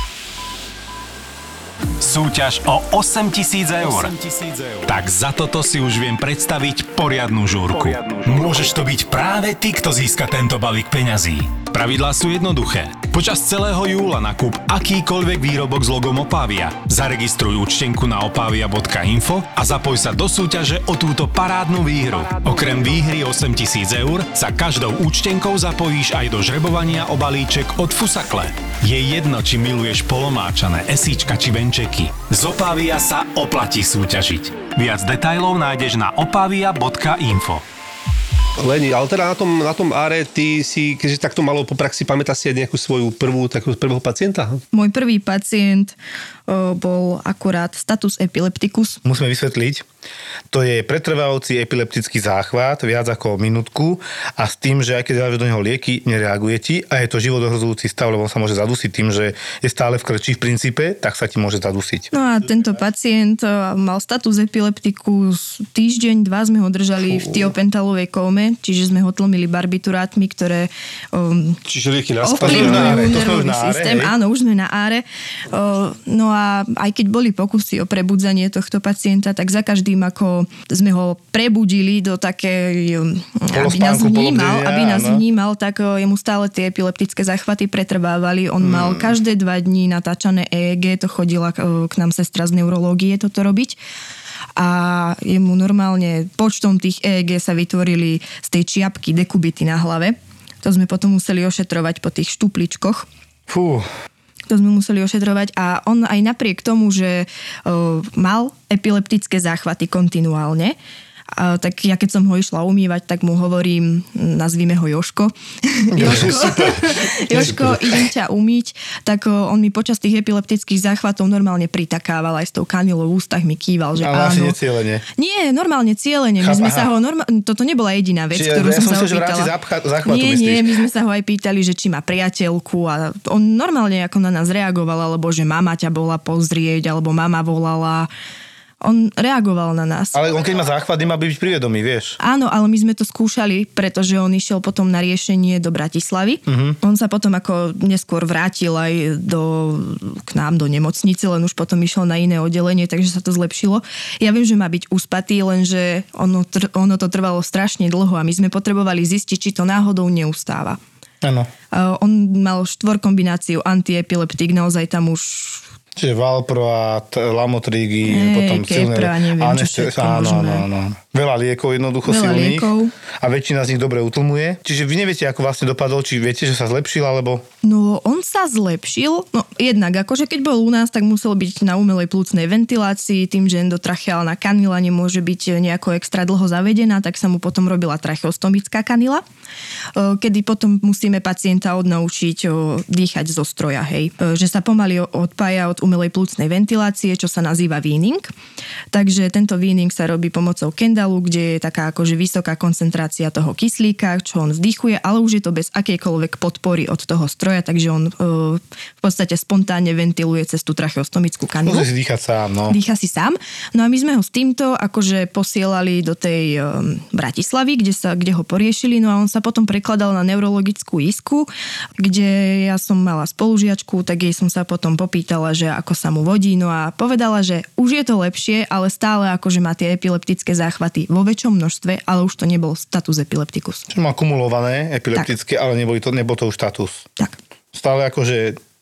Súťaž o osemtisíc eur. Tak za toto si už viem predstaviť poriadnu žúrku. Môžeš to byť práve ty, kto získa tento balík peňazí. Pravidlá sú jednoduché. Počas celého júla nakúp akýkoľvek výrobok s logom Opavia. Zaregistruj účtenku na opavia bodka info a zapoj sa do súťaže o túto parádnu výhru. Okrem výhry osemtisíc eur sa každou účtenkou zapojíš aj do žrebovania o balíček od Fusakle. Je jedno, či miluješ polomáčané, esíčka či venčeky. Z Opavia sa oplatí súťažiť. Viac detailov nájdeš na opavia bodka info. Leni, ale teda na tom, na tom áre, ty si, keďže takto malo po praxi, pamätáš si aj nejakú svoju prvú, takú prvého pacienta? Môj prvý pacient o, bol akurát status epilepticus. Musíme vysvetliť, to je pretrvávajúci epileptický záchvat viac ako minútku a s tým, že aj keď dávaš do neho lieky, nereaguje ti a je to životohrozujúci stav, lebo on sa môže zadusiť tým, že je stále v krči v princípe, tak sa ti môže zadusiť. No a tento pacient o, mal status epilepticus, týždeň, dva sme ho držali v tiopentalovej kóme, čiže sme ho tlmili barbiturátmi, ktoré um, Čiže lieky na spanie. To sme už na áre, ovplyvňujú to sme už nervový na áre, systém. hej? Áno, už sme na áre. O, no a aj keď boli pokusy o prebudzanie tohto pacienta, tak za každým, ako sme ho prebudili do také, aby nás Polospánku, vnímal, polobdenia, aby nás áno. vnímal, tak o, jemu stále tie epileptické záchvaty pretrvávali. On Hmm. mal každé dva dní natáčané é é gé, to chodila k, k nám sestra z neurológie toto robiť. A jemu normálne počtom tých é é gé sa vytvorili z tej čiapky dekubity na hlave. To sme potom museli ošetrovať po tých štupličkoch. Fú, To sme museli ošetrovať a on aj napriek tomu, že uh, mal epileptické záchvaty kontinuálne, uh, tak ja keď som ho išla umývať, tak mu hovorím, nazvime ho Joško. Joško, Joško, idem ťa umyť. Tak uh, on mi počas tých epileptických záchvatov normálne pritakával aj s tou kanilou v ústach mi kýval, že ale asi áno. necielene. Nie, normálne cieľene. My Cháp, sme aha. sa ho norma- Toto nebola jediná vec, Čiže ktorú ja som som sa ho myslel, že v rámci pýtala. zápcha- záchvatu nie, myslíš. nie, my sme sa ho aj pýtali, že či má priateľku a on normálne ako na nás reagoval, alebo že mama ťa bola pozrieť, alebo mama volala. On reagoval na nás. Ale on keď má záchvat, nemá byť privedomý, vieš. Áno, ale my sme to skúšali, pretože on išiel potom na riešenie do Bratislavy. Uh-huh. On sa potom ako neskôr vrátil aj do, k nám do nemocnice, len už potom išiel na iné oddelenie, takže sa to zlepšilo. Ja viem, že má byť uspatý, lenže ono, tr- ono to trvalo strašne dlho a my sme potrebovali zistiť, či to náhodou neustáva. Áno. Uh, on mal štvorkombináciu antiepileptik, naozaj tam už Čiže Valproat, Lamotrigy, Hej, potom Kepra, neviem, čo anestéz- všetko áno, možné. áno, áno. Veľa liekov jednoducho Veľa silných. liekov. A väčšina z nich dobre utlmuje. Čiže vy neviete, ako vlastne dopadol, či viete, že sa zlepšil, alebo... No, on sa zlepšil. No, jednak, akože keď bol u nás, tak musel byť na umelej plúcnej ventilácii, tým, že endotracheálna kanila nemôže byť nejako extra dlho zavedená, tak sa mu potom robila tracheostomická kanila, kedy potom musíme pacienta odnaučiť dýchať zo stroja, hej. Že sa pomaly odpája od umelej plúcnej ventilácie, čo sa nazýva weaning. Takže tento weaning sa robí pomocou kendalu, kde je taká akože vysoká koncentrácia toho kyslíka, čo on vdychuje, ale už je to bez akejkoľvek podpory od toho stroja, takže on e, v podstate spontánne ventiluje cez tú tracheostomickú kanilu. Musí si dýchať sám, no. Dýcha si sám. No a my sme ho s týmto akože posielali do tej um, Bratislavy, kde, sa, kde ho poriešili, no a on sa potom prekladal na neurologickú isku, kde ja som mala spolužiačku, tak jej som sa potom popýtala, že ako sa mu vodí, no a povedala, že už je to lepšie, ale stále akože má tie epileptické záchvaty vo väčšom množstve, ale už to nebol status epilepticus. Čiže má kumulované epileptické, tak. Ale nebol to, nebol to už status. Tak. Stále akože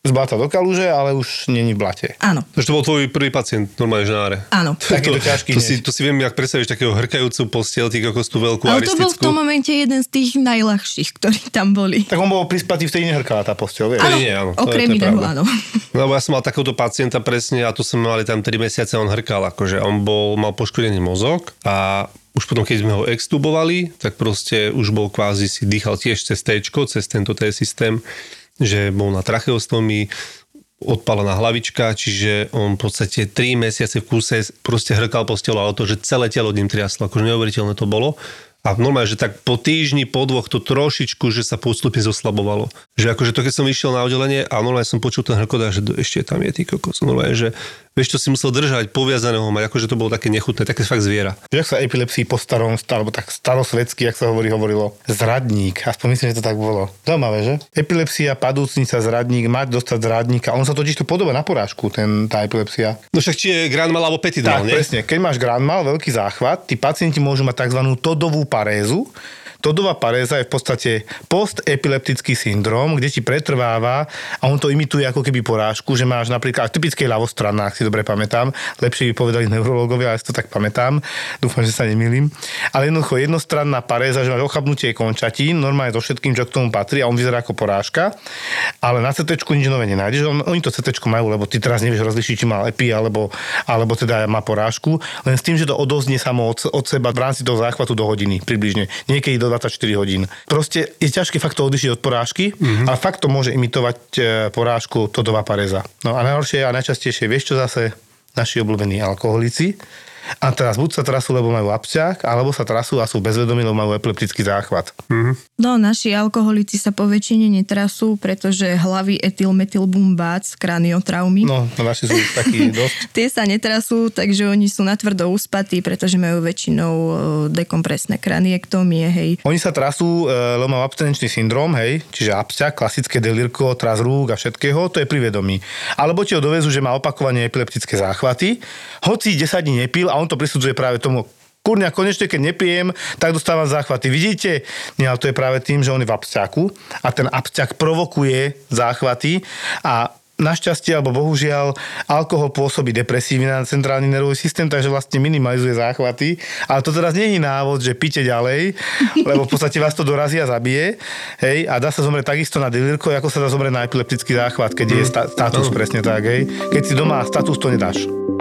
zbláta do kaluže, ale už není v blate. Áno. Takže to bol tvoj prvý pacient, normálne ženáre. Áno. Takýto ťažký to, si, hneď. to si viem, jak predstavíš takého hrkajúcu postiel, ty kokos tú veľkú Ale to bol v aristickú. tom momente jeden z tých najľahších, ktorí tam boli. Tak on bol prispatý, vtedy nehrkala tá posteľ, vieš. Áno, nie, áno, to je- okrem to je iného, pravda. áno. Lebo ja som mal takéhoto pacienta presne a tu sme mali tam tri mesiace, on hrkal, akože on bol, mal poškodený mozog a už potom, keď sme ho extubovali, tak proste už bol kvázi si dýchal tiež cez téčko, cez tento té systém, že bol na tracheostomii, odpálená hlavička, čiže on v podstate tri mesiace v kúse proste hrkal posteľu, ale to, že celé telo ním triaslo, akože neuveriteľné to bolo. A normálne, že tak po týždni, po dvoch to trošičku, že sa postupne zoslabovalo. Že akože to, keď som išiel na oddelenie a normálne som počul ten hrkot a že ešte tam je ty kokos. Normálne, že vieš, to si musel držať, poviazaného mať, akože to bolo také nechutné, také fakt zviera. Jak sa epilepsii po starom, alebo tak starosvedsky, jak sa hovorí, hovorilo, zradník. Aspoň myslím, že to tak bolo. Zaujímavé, že? Epilepsia, padúcnica, zradník, mať dostať zradníka. On sa totiž to podobá na porážku, ten, tá epilepsia. No však či je Gran Mal alebo Petit Mal, Tak, nie? presne. Keď máš Grand Mal, veľký záchvat, tí pacienti môžu mať tzv. Todovú parézu. Todová paréza je v podstate postepileptický syndrom, kde ti pretrváva a on to imituje ako keby porážku, že máš napríklad typické ľavostranná, ak si dobre pamätám, lepšie by povedali neurológovia, ale si to tak pamätám, dúfam, že sa nemýlim. Ale jednoducho jednostranná paréza, že máš ochabnutie končatín, normálne so všetkým, čo k tomu patrí a on vyzerá ako porážka, ale na cé téčku nič nové nenájdeš. On, oni to cé téčko majú, lebo ty teraz nevieš rozlišiť, či má epi alebo, alebo teda má porážku, len s tým, že to odoznie samo od, od seba v rámci toho záchvatu do hodiny približne. Niekedy do dvadsaťštyri hodín. Proste je ťažké fakt to odlišiť od porážky, mm-hmm. ale fakt to môže imitovať e, porážku todová paréza. No a najhoršie a najčastejšie, vieš čo zase? Naši obľúbení alkoholici. A teraz buď sa trasú, lebo majú absťák, alebo sa trasú a sú bezvedomí, lebo majú epileptický záchvat. Mm-hmm. No, naši alkoholici sa po väčšine netrasú, pretože hlavy etylmetylbumbác, kraniotraumy, No, no naši sú takí dosť. tie sa netrasú, takže oni sú natvrdo uspatí, pretože majú väčšinou e, dekompresné kraniektómie, hej. Oni sa trasú, e, lebo majú abstinenčný syndrom, hej, čiže absťák, klasické delírko, tras rúk a všetkého, to je pri vedomí. Alebo ti ho dovezú, že má opakovane epileptické záchvaty, hoci desať dní nepil a on to prisudzuje práve tomu, kurňa, konečne, keď nepijem, tak dostávam záchvaty. Vidíte? Nie, ale to je práve tým, že on je v absťaku a ten absťak provokuje záchvaty a našťastie, alebo bohužiaľ, alkohol pôsobí depresívne na centrálny nervový systém, takže vlastne minimalizuje záchvaty. Ale to teraz nie je návod, že píte ďalej, lebo v podstate vás to dorazí a zabije. Hej, a dá sa zomrieť takisto na delírko, ako sa dá zomrieť na epileptický záchvat, keď je sta- status presne tak. Hej. Keď si doma status, to nedáš.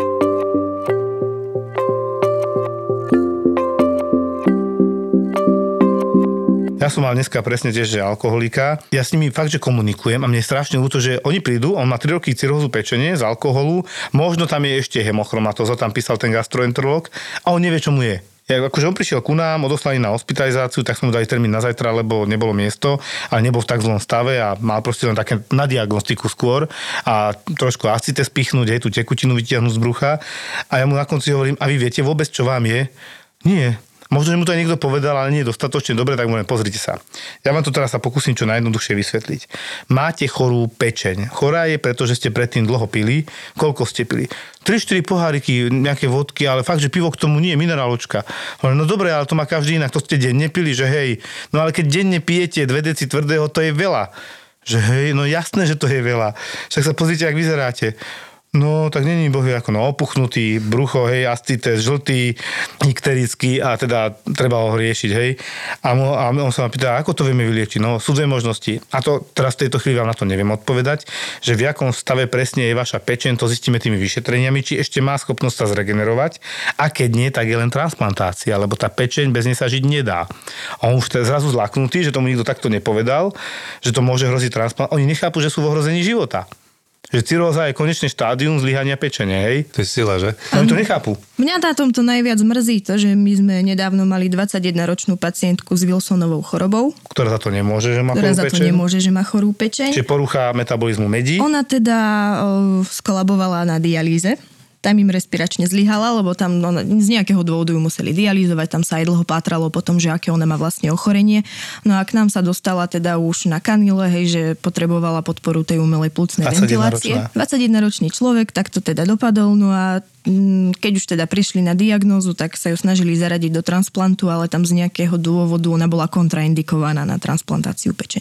Ja som mal dneska presne tiež, že alkoholika. Ja s nimi fakt, že komunikujem a mne je strašne ľúto, že oni prídu, on má tri roky cirhózu pečenie z alkoholu, možno tam je ešte hemochromatóza, tam písal ten gastroenterológ a on nevie, čo mu je. Ja, akože on prišiel ku nám, odoslaný na hospitalizáciu, tak sme mu dali termín na zajtra, lebo nebolo miesto, ale nebol v tak zlom stave a mal proste len také na diagnostiku skôr a trošku acite spichnúť, hej, tú tekutinu vytiahnuť z brucha a ja mu na konci hovorím, a vy viete vôbec, čo vám je? Nie. Možno, že mu to aj niekto povedal, ale nie je dostatočne dobre, tak môžem, pozrite sa. Ja vám to teraz sa pokúsim čo najjednoduchšie vysvetliť. Máte chorú pečeň. Chorá je, pretože ste predtým dlho pili. Koľko ste pili? tri štyri poháriky, nejaké vodky, ale fakt, že pivo k tomu nie je mineráločka. No dobre, ale to má každý inak, to ste denne pili, že hej. No ale keď denne pijete dve deci tvrdého, to je veľa. Že hej, no jasné, že to je veľa. Však sa pozrite, jak vyzeráte. No, tak není boh ako no, opuchnutý, brucho, hej, ascites, žltý, ikterický a teda treba ho riešiť, hej. A, mo, a on sa ma pýta, ako to vieme vyliečiť? No, sú dve možnosti. A to teraz v tejto chvíli vám na to neviem odpovedať, že v akom stave presne je vaša pečeň, to zistíme tými vyšetreniami, či ešte má schopnosť sa zregenerovať. A keď nie, tak je len transplantácia, lebo tá pečeň bez nej sa žiť nedá. A on už je zrazu zlaknutý, že tomu nikto takto nepovedal, že to môže hroziť transplantácia. Oni nechápu, že sú v ohrození života. Že cirróza je konečné štádium zlyhania pečene, hej? To je sila, že? Oni to nechápu. Mňa na tomto najviac mrzí to, že my sme nedávno mali dvadsaťjednoročnú pacientku s Wilsonovou chorobou, Ktorá za to nemôže, že má ktorá chorú za to pečeň. nemôže, že má chorú pečeň. Čiže porucha metabolizmu medí. Ona teda o, skolabovala na dialýze. Tam im respiračne zlyhala, lebo tam no, z nejakého dôvodu ju museli dialýzovať, tam sa aj dlho pátralo po tom, že aké ona má vlastne ochorenie. No a k nám sa dostala teda už na kanile, hej, že potrebovala podporu tej umelej plúcnej ventilácie. dvadsaťjedenročný človek, tak to teda dopadol. No a mm, keď už teda prišli na diagnózu, tak sa ju snažili zaradiť do transplantu, ale tam z nejakého dôvodu ona bola kontraindikovaná na transplantáciu pečene.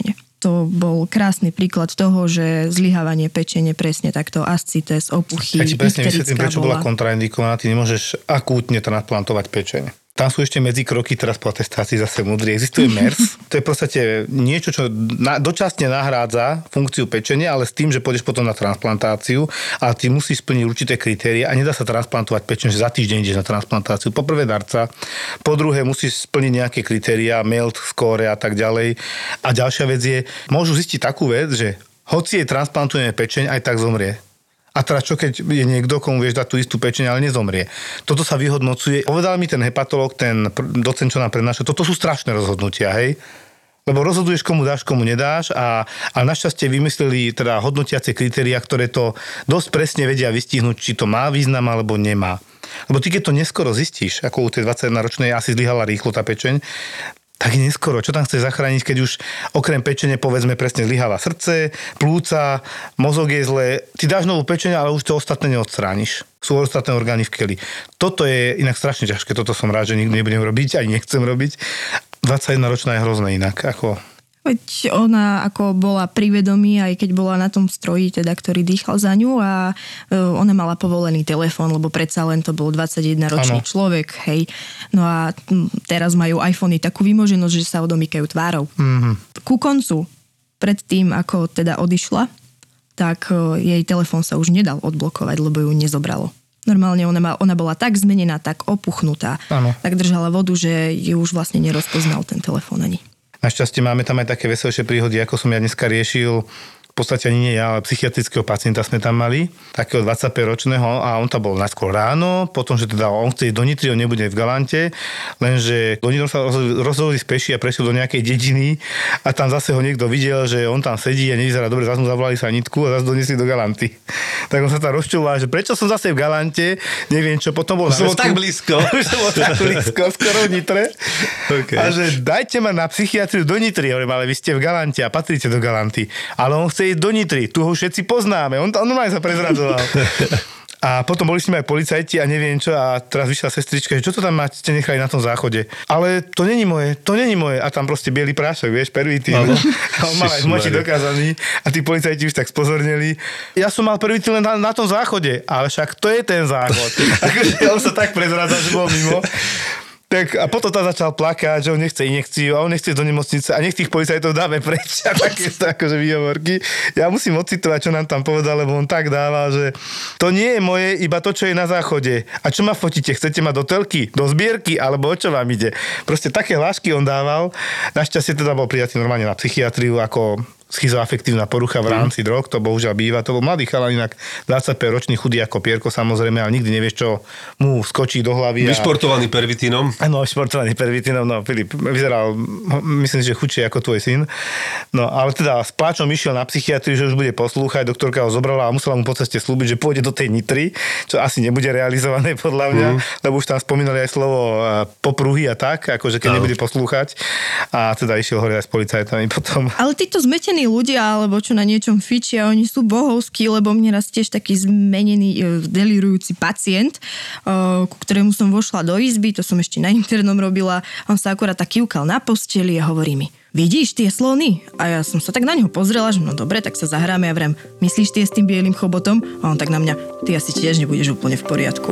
to bol krásny príklad toho, že zlyhávanie pečene presne takto ascites, opuchy, Ja ti presne vysvetlím, ikterická prečo bola bola. kontraindikovaná. Ty nemôžeš akútne transplantovať pečeň. Tam sú ešte medzikroky teraz po atestácii zase múdri. Existuje em e er es, to je v podstate niečo, čo na, dočasne nahrádza funkciu pečenia, ale s tým, že pôjdeš potom na transplantáciu, ale ty musíš splniť určité kritéria a nedá sa transplantovať pečeň, že za týždeň ideš na transplantáciu. Po prvé darca, po druhé musíš splniť nejaké kritéria, melt, score a tak ďalej. A ďalšia vec je, môžu zistiť takú vec, že hoci jej transplantujeme pečeň, aj tak zomrie. A teraz čo, keď je niekto, komu vieš dať tú istú pečeň, ale nezomrie. Toto sa vyhodnocuje. Povedal mi ten hepatológ, ten docent, čo nám prednáša, toto sú strašné rozhodnutia, hej? Lebo rozhoduješ, komu dáš, komu nedáš a, a našťastie vymysleli teda hodnotiace kritériá, ktoré to dosť presne vedia vystihnúť, či to má význam alebo nemá. Lebo ty, keď to neskoro zistíš, ako u tej dvadsaťjednoročnej asi zlyhala rýchlo tá pečeň, tak je neskoro. Čo tam chceš zachrániť, keď už okrem pečene, povedzme, presne zlyháva srdce, plúca, mozog je zle. Ty dáš novú pečeň, ale už to ostatné neodstrániš. Sú ostatné orgány v keli. Toto je inak strašne ťažké. Toto som rád, že nikdy nebudem robiť, aj nechcem robiť. dvadsaťjednoročná je hrozné inak. Ako... Veď ona ako bola pri vedomí, aj keď bola na tom stroji, teda, ktorý dýchal za ňu a uh, ona mala povolený telefón, lebo predsa len to bol dvadsaťjedenročný človek, hej. No a m, teraz majú iPhony takú vymoženosť, že sa odomýkajú tvárou. Mm-hmm. Ku koncu, pred tým, ako teda odišla, tak uh, jej telefón sa už nedal odblokovať, lebo ju nezobralo. Normálne ona, ma, ona bola tak zmenená, tak opuchnutá, ano. Tak držala vodu, že ju už vlastne nerozpoznal ten telefón ani. Našťastie máme tam aj také veselšie príhody, ako som ja dneska riešil. V podstate ani nie ja, ale psychiatrického pacienta sme tam mali, takého dvadsaťpäťročného a on tam bol najskôr ráno, potom, že teda on chce ísť do Nitry, on nebude v Galante, lenže do Nitry sa rozhodol ísť peši a prešiel do nejakej dediny a tam zase ho niekto videl, že on tam sedí a nevyzerá dobre, zase mu zavolali sanitku a zase doniesli do Galanty. Tak on sa tam rozčúval, že prečo som zase v Galante, neviem čo, potom bol na Som bol tak blízko. Som bol tak blízko, skoro v Nitre. Okay. A že dajte ma na psychiatriu do Nitry, hovorím, ale vy ste v Galante a patríte do Galanty. Ale on chce ísť do Nitry, tu ho všetci poznáme, on, on normálne sa prezradzoval. A potom boli s ním aj policajti a neviem čo a teraz vyšla sestrička, že čo to tam máte, ste nechali na tom záchode. Ale to není moje, to není moje. A tam proste biely prášok, vieš, pervitín. A on mal aj moči dokázaný a tí policajti už tak spozornili. Ja som mal pervitín len na, na tom záchode, ale však to je ten záchod. Akože on sa tak prezradzal, že bol mimo. Tak a potom tam začal plakať, že on nechce injekciu a on nechce do nemocnice a nech tých policajtov dáme preč a takéto akože výhovorky. Ja musím ocitovať, čo nám tam povedal, lebo on tak dával, že to nie je moje, iba to, čo je na záchode. A čo ma fotíte? Chcete ma do telky, do zbierky, alebo o čo vám ide? Proste také hlášky on dával. Našťastie teda bol prijatý normálne na psychiatriu ako schizoafektívna porucha v rámci drog, to bohužiaľ býva. To bol mladý chalan, inak dvadsaťpäťročný, chudý ako pierko samozrejme, ale nikdy nevieš, čo mu skočí do hlavy. Vyšportovaný pervitínom. Áno, vyšportovaný pervitínom, no Filip vyzeral, myslím, že chudšie ako tvoj syn. No, ale teda s pláčom išiel na psychiatriu, že už bude poslúchať, doktorka ho zobrala a musela mu po ceste slúbiť, že pôjde do tej Nitry, čo asi nebude realizované podľa mňa, mm. lebo už tam spomínali aj slovo popruhy a tak, akože keď no. nebude poslúchať. A teda išiel hore aj s policajtami potom. Ale títo zmetení ľudia, alebo čo na niečom fičia, oni sú bohovskí, lebo mne raz tiež taký zmenený, delirujúci pacient, ku ktorému som vošla do izby, to som ešte na internom robila, on sa akorát tak kývkal na posteli a hovorí mi, vidíš tie slony? A ja som sa tak na neho pozrela, že no dobre, tak sa zahráme a vrem, myslíš tie s tým bielým chobotom? A on tak na mňa, ty asi tiež nebudeš úplne v poriadku.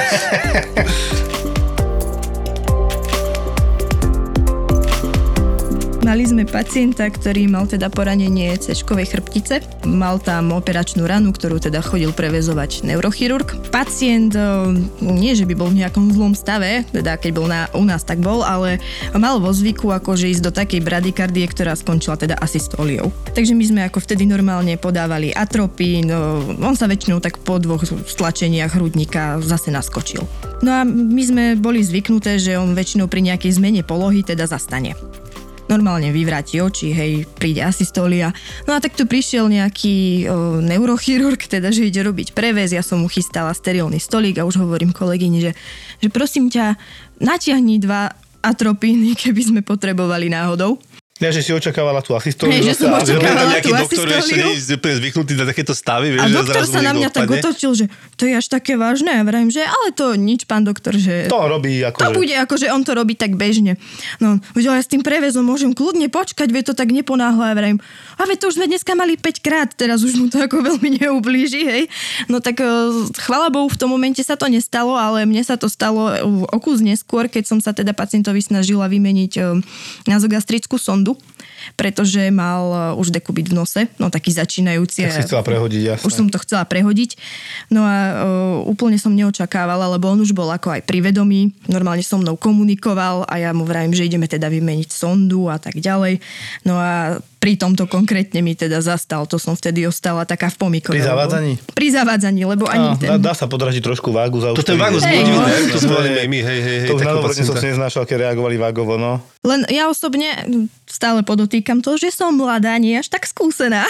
Mali sme pacienta, ktorý mal teda poranenie céčkovej chrbtice. Mal tam operačnú ranu, ktorú teda chodil prevezovať neurochirurg. Pacient, nie že by bol v nejakom zlom stave, teda keď bol na, u nás, tak bol, ale mal vo zvyku akože ísť do takej bradykardie, ktorá skončila teda asystóliou. Takže my sme ako vtedy normálne podávali atropín, on sa väčšinou tak po dvoch stlačeniach hrudníka zase naskočil. No a my sme boli zvyknuté, že on väčšinou pri nejakej zmene polohy teda zastane. Normálne vyvráti oči, hej, príde asystólia. No a takto prišiel nejaký o, neurochirurg, teda, že ide robiť prevez, ja som mu chystala sterilný stolík a už hovorím kolegyni, že, že prosím ťa, natiahni dva atropíny, keby sme potrebovali náhodou. Ja, že si očakávala tú asistóriu. Hej, že som zase, ale- očakávala Tam nejaký tú doktor ešte asistóriu. nie je úplne zvyknutý na takéto stavy, vieš, A že doktor zrazu sa na niekto mňa tak odpadne. otočil, že to je až také vážne. Ja vravím, že ale to nič, pán doktor, že... To robí To akože... bude ako, že on to robí tak bežne. No, veď, ale ja s tým prevezom môžem kľudne počkať, veď to tak neponáhla. Ja vravím, a veď to už sme dneska mali päť krát, teraz už mu to ako veľmi neublíži, hej. No tak chvála Bohu, v tom momente sa to nestalo, ale mne sa to stalo o kus neskôr, keď som sa teda pacientovi snažila vymeniť nazogastrickú sondu, pretože mal už dekubit v nose, no taký začínajúci. Tak si chcela prehodiť, jasné. Už som to chcela prehodiť. No a uh, úplne som neočakávala, lebo on už bol ako aj pri vedomí, normálne so mnou komunikoval a ja mu vravím, že ideme teda vymeniť sondu a tak ďalej. No a pri tomto konkrétne mi teda zastal, to som vtedy ostala taká v pomykove. Pri zavádzaní? Lebo, pri zavádzaní, lebo ani Á, ten... dá, dá sa podražiť trošku vágu. Za To ten vágus Hej, bol no. divný, to sme mali je- my, hej, hej, hej, To už na takého dobrodne som pacienta. si neznášal, keď reagovali vágovo, no. Len ja osobne stále podotýkam to, že som mladá, nie až tak skúsená.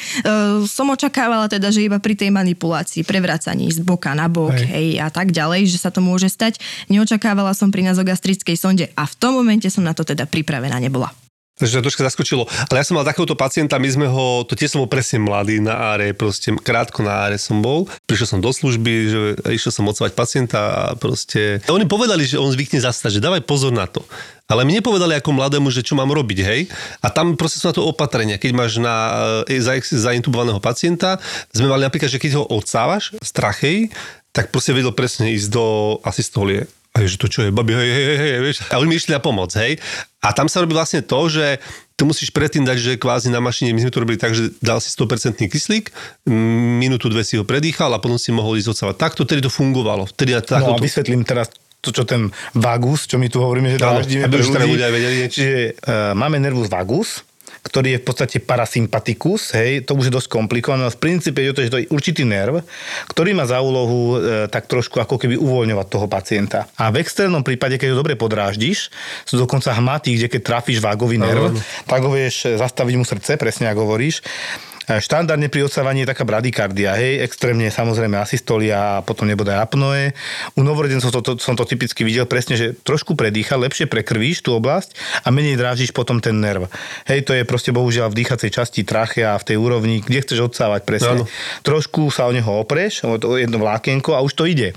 Som očakávala teda, že iba pri tej manipulácii, prevracaní z boka na bok, hej. hej, a tak ďalej, že sa to môže stať. Neočakávala som pri nazogastrickej sonde a v tom momente som na to teda pripravená nebola. Takže to troška zaskočilo. Ale ja som mal takéhoto pacienta, my sme ho, to tiež som bol presne mladý na áre, proste krátko na áre som bol. Prišiel som do služby, že išiel som mocovať pacienta a proste... A oni povedali, že on zvykne zastať, že dávaj pozor na to. Ale mi nepovedali ako mladému, že čo mám robiť, hej. A tam proste sú na to opatrenia. Keď máš na e, za, zaintubovaného pacienta, sme mali napríklad, že keď ho odsávaš z trachej, tak proste vedel presne ísť do asystólie. A je, že to čo je, babi, hej, hej, hej, hej, vieš. A oni mi išli na pomoc, hej. A tam sa robí vlastne to, že tu musíš predtým dať, že kvázi na mašine, my sme to robili tak, že dal si sto percent kyslík, minútu, dve si ho predýchal a potom si mohol ísť odsávať. Takto tedy to fungovalo. Vtedy No takto a to... vysvetlím teraz to, čo ten vagus, čo my tu hovoríme, že Áno, dráždime aby pre už teda ľudí. ľudia vedeli niečo. Čiže uh, máme nervus vagus, ktorý je v podstate parasympatikus, hej, to už je dosť komplikované, ale v princípe je to, že to je určitý nerv, ktorý má za úlohu e, tak trošku ako keby uvoľňovať toho pacienta. A v extrémnom prípade, keď ho dobre podráždiš, sú dokonca hmaty, kde keď trafíš vágový nerv, tak ho vieš zastaviť mu srdce, presne ako hovoríš. Štandardne pri odsávaní je taká bradykardia, hej, extrémne samozrejme asystolia a potom nebodaj apnoe. U novorodencov to, to, som to typicky videl presne, že trošku predýcha, lepšie prekrvíš tú oblasť a menej drážiš potom ten nerv. Hej, to je proste bohužiaľ v dýchacej časti trachea a v tej úrovni, kde chceš odsávať presne. Áno. Trošku sa o neho opreš, o to jedno vlákienko a už to ide.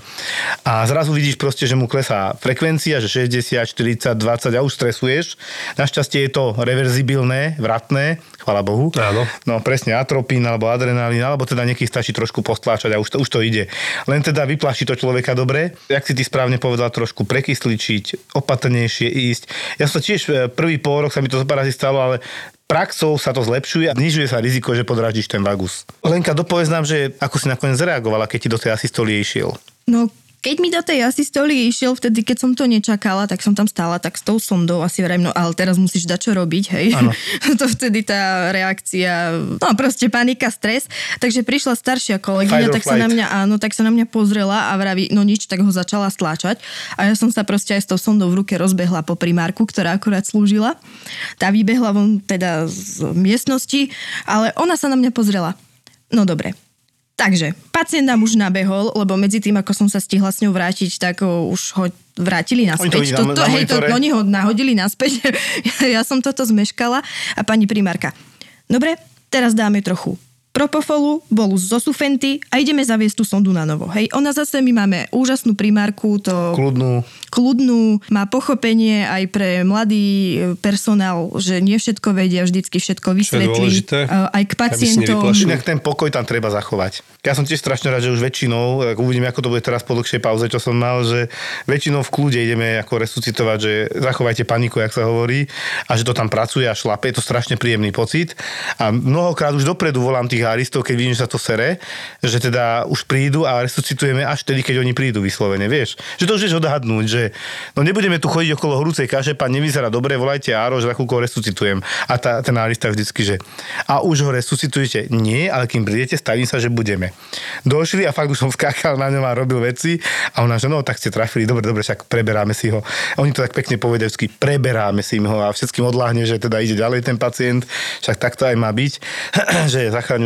A zrazu vidíš proste, že mu klesá frekvencia, že šesťdesiat, štyridsať, dvadsať a už stresuješ. Našťastie je to reverzibilné, vratné, chvála Bohu. Áno. No presne, atropín alebo adrenalín, alebo teda nieký stačí trošku postláčať a už to, už to ide. Len teda vyplaší to človeka dobre. Jak si ty správne povedal, trošku prekysličiť, opatrnejšie ísť. Ja som tiež prvý pol rok sa mi to zopár razy stalo, ale praxou sa to zlepšuje a znižuje sa riziko, že podráždiš ten vagus. Lenka, dopovedz nám, že ako si nakoniec zareagovala, keď ti do tej asystolie išiel. No, keď mi do tej asystolie išiel, vtedy, keď som to nečakala, tak som tam stála tak s tou sondou a si vrajím, no ale teraz musíš dať čo robiť, hej. Áno. To vtedy tá reakcia, no proste panika, stres. Takže prišla staršia Fight kolegyňa, or tak sa flight. na mňa, áno, tak sa na mňa pozrela a vraví, no nič, tak ho začala stláčať. A ja som sa proste aj s tou sondou v ruke rozbehla po primárku, ktorá akurát slúžila. Tá vybehla von teda z miestnosti, ale ona sa na mňa pozrela. No dobre. Takže, pacient nám už nabehol, lebo medzi tým, ako som sa stihla s ňou vrátiť, tak o, už ho vrátili naspäť. Oni to vidí na- na hej, to, monitore. oni ho nahodili naspäť. Ja som toto zmeškala a pani primárka. Dobre, teraz dáme trochu propofolu, bolus zo sufenty a ideme zaviesť tú sondu na novo. Hej, ona zase, my máme úžasnú primárku, to Kľudnú. kľudnú, má pochopenie aj pre mladý personál, že nie všetko vedia, vždycky všetko vysvetlí. dôležité, Aj k aby si pacientom. nevyplašili. Inak ten pokoj tam treba zachovať. Ja som tiež strašne rád, že už väčšinou, ak uvidíme, ako to bude teraz po dlhšej pauze, čo som mal, že väčšinou v kľude ideme ako resuscitovať, že zachovajte paniku, jak sa hovorí, a že to tam pracuje a šlape, je to strašne príjemný pocit. A mnohokrát už dopredu volám tých aristov, keď vidím, že sa to sere, že teda už prídu a resuscitujeme až tedy, keď oni prídu vyslovene, vieš. Že to už vieš odhadnúť, že no nebudeme tu chodiť okolo horúcej kaše, pán nevyzerá dobre, volajte áro, že za chvíľku ho resuscitujem. A tá, ten arista vždycky, že a už ho resuscitujete? Nie, ale kým prídete, stavím sa, že budeme. Došli a fakt už som skákal na ňom a robil veci a ona, že no, tak ste trafili, dobre, dobre, však preberáme si ho. A oni to tak pekne povedia vždycky, preberáme si ho a všetkým odláhne, že teda ide ďalej ten pacient, však tak to aj má byť, že zachraňuje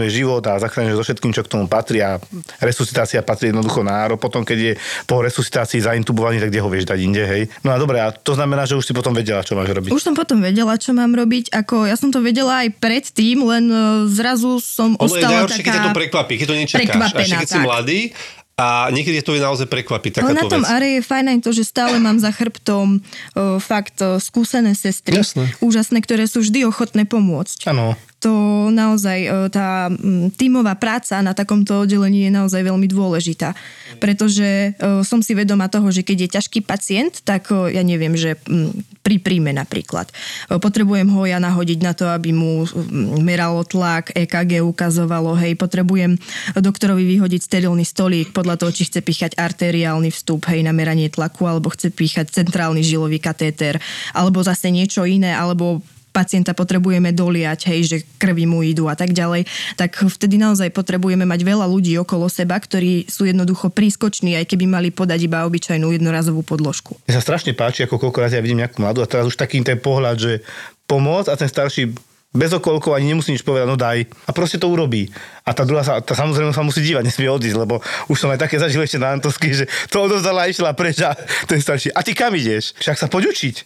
zachraňuje život a zachraňuje so všetkým, čo k tomu patrí a resuscitácia patrí jednoducho na áro. Potom, keď je po resuscitácii zaintubovaný, tak kde ho vieš dať inde, hej. No a dobre, a to znamená, že už si potom vedela, čo máš robiť. Už som potom vedela, čo mám robiť, ako ja som to vedela aj predtým, len e, zrazu som Ono ostala je najhoršie, taká... keď ťa to prekvapí, keď to nečakáš. A ešte keď si tak. mladý, a niekedy to je naozaj prekvapiť Ale takáto na tom vec. are je fajn aj to, že stále mám za chrbtom o, fakt o, skúsené sestry. Jasné. Úžasné, ktoré sú vždy ochotné pomôcť. Áno. To naozaj, o, tá m, tímová práca na takomto oddelení je naozaj veľmi dôležitá. Pretože o, som si vedomá toho, že keď je ťažký pacient, tak o, ja neviem, že m, pri príjme napríklad. O, potrebujem ho ja nahodiť na to, aby mu m, meralo tlak, é ká gé ukazovalo, hej, potrebujem doktorovi vyhodiť sterilný stolík podľa toho, či chce píchať arteriálny vstup, hej, na meranie tlaku, alebo chce píchať centrálny žilový katéter, alebo zase niečo iné, alebo pacienta potrebujeme doliať, hej, že krvi mu idú a tak ďalej, tak vtedy naozaj potrebujeme mať veľa ľudí okolo seba, ktorí sú jednoducho prískoční, aj keby mali podať iba obyčajnú jednorazovú podložku. Mne sa strašne páči, ako koľkokrát ja vidím nejakú mladú a teraz už taký ten pohľad, že pomôcť a ten starší bez okolkov ani nemusí nič povedať, no daj. A proste to urobí. A tá druhá sa, tá samozrejme sa musí dívať, nesmie odísť, lebo už som aj také zažil ešte na Antovský, že to odovzdala a išla preč a ten starší. A ty kam ideš? Však sa poď učiť.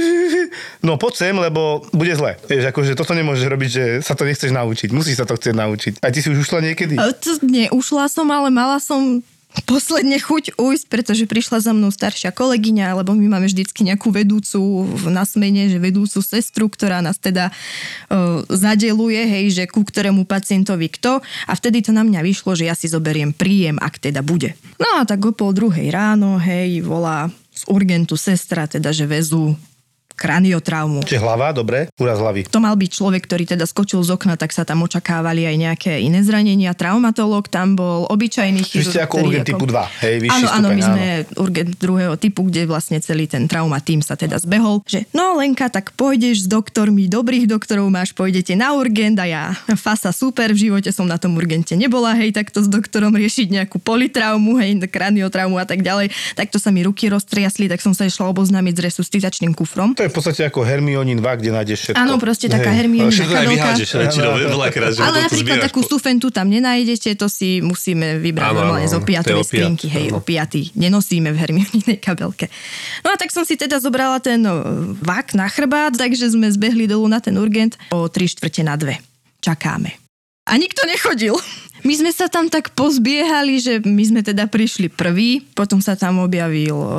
No poď sem, lebo bude zle. Vieš, akože toto nemôžeš robiť, že sa to nechceš naučiť. Musíš sa to chcieť naučiť. Aj ty si už ušla niekedy? A to, nie, ušla som, ale mala som posledne chuť ujsť, pretože prišla za mnou staršia kolegyňa, lebo my máme vždycky nejakú vedúcu na smene, že vedúcu sestru, ktorá nás teda uh, zadeluje, hej, že ku ktorému pacientovi kto. A vtedy to na mňa vyšlo, že ja si zoberiem príjem, ak teda bude. No a tak o pol druhej ráno, hej, volá z urgentu sestra, teda, že vezú kraniotraumu. Čiže hlava, dobre, úraz hlavy. To mal byť človek, ktorý teda skočil z okna, tak sa tam očakávali aj nejaké iné zranenia. Traumatológ tam bol, obyčajný chirurg. Vy ste ako urgent typu dva, hej, vyšší áno, stupeň. Áno, my áno. sme urgent druhého typu, kde vlastne celý ten trauma tým sa teda zbehol. Že no Lenka, tak pôjdeš s doktormi, dobrých doktorov máš, pôjdete na urgent a ja fasa super, v živote som na tom urgente nebola, hej, takto s doktorom riešiť nejakú politraumu, hej, kraniotraumu a tak ďalej. Takto sa mi ruky roztriasli, tak som sa išla oboznámiť s resuscitačným kufrom. To je v podstate ako Hermionín vak, kde nájdeš všetko. Áno, proste taká Hermionína Všetko aj kabelka. vyhádžeš, väčšinou veľakrát, že Ale to napríklad zbieraš takú po- sufentu tam nenájdete, to si musíme vybrať Áno, normálne áno, z to opiatovej je opiat, skrinky, hej, áno. opiaty nenosíme v Hermionínej kabelke. No a tak som si teda zobrala ten no, vak na chrbát, takže sme zbehli dolu na ten urgent o tri štvrte na dve. Čakáme. A nikto nechodil. My sme sa tam tak pozbiehali, že my sme teda prišli prví, potom sa tam objavil e,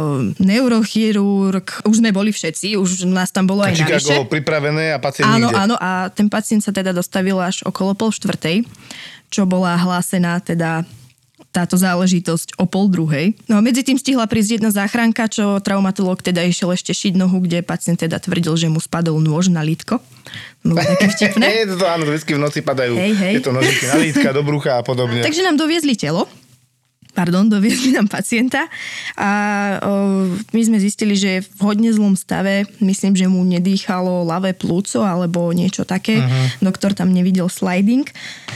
neurochirurg, už sme boli všetci, už nás tam bolo aj navyše. Chicago pripravené a pacient Áno, nikde. áno, a ten pacient sa teda dostavil až okolo pol štvrtej, čo bola hlásená teda táto záležitosť o pol druhej. No a medzi tým stihla prísť jedna záchranka, čo traumatológ teda išiel ešte šiť nohu, kde pacient teda tvrdil, že mu spadol nôž na lítko. Bolo také vtipné. Nie, to áno, vždycky v noci padajú. Hej, hej. Je to nožiky na lítka, do brucha a podobne. Takže nám doviezli telo. Pardon, doviezli nám pacienta a o, my sme zistili, že je v hodne zlom stave. Myslím, že mu nedýchalo ľavé plúco alebo niečo také. Uh-huh. Doktor tam nevidel sliding.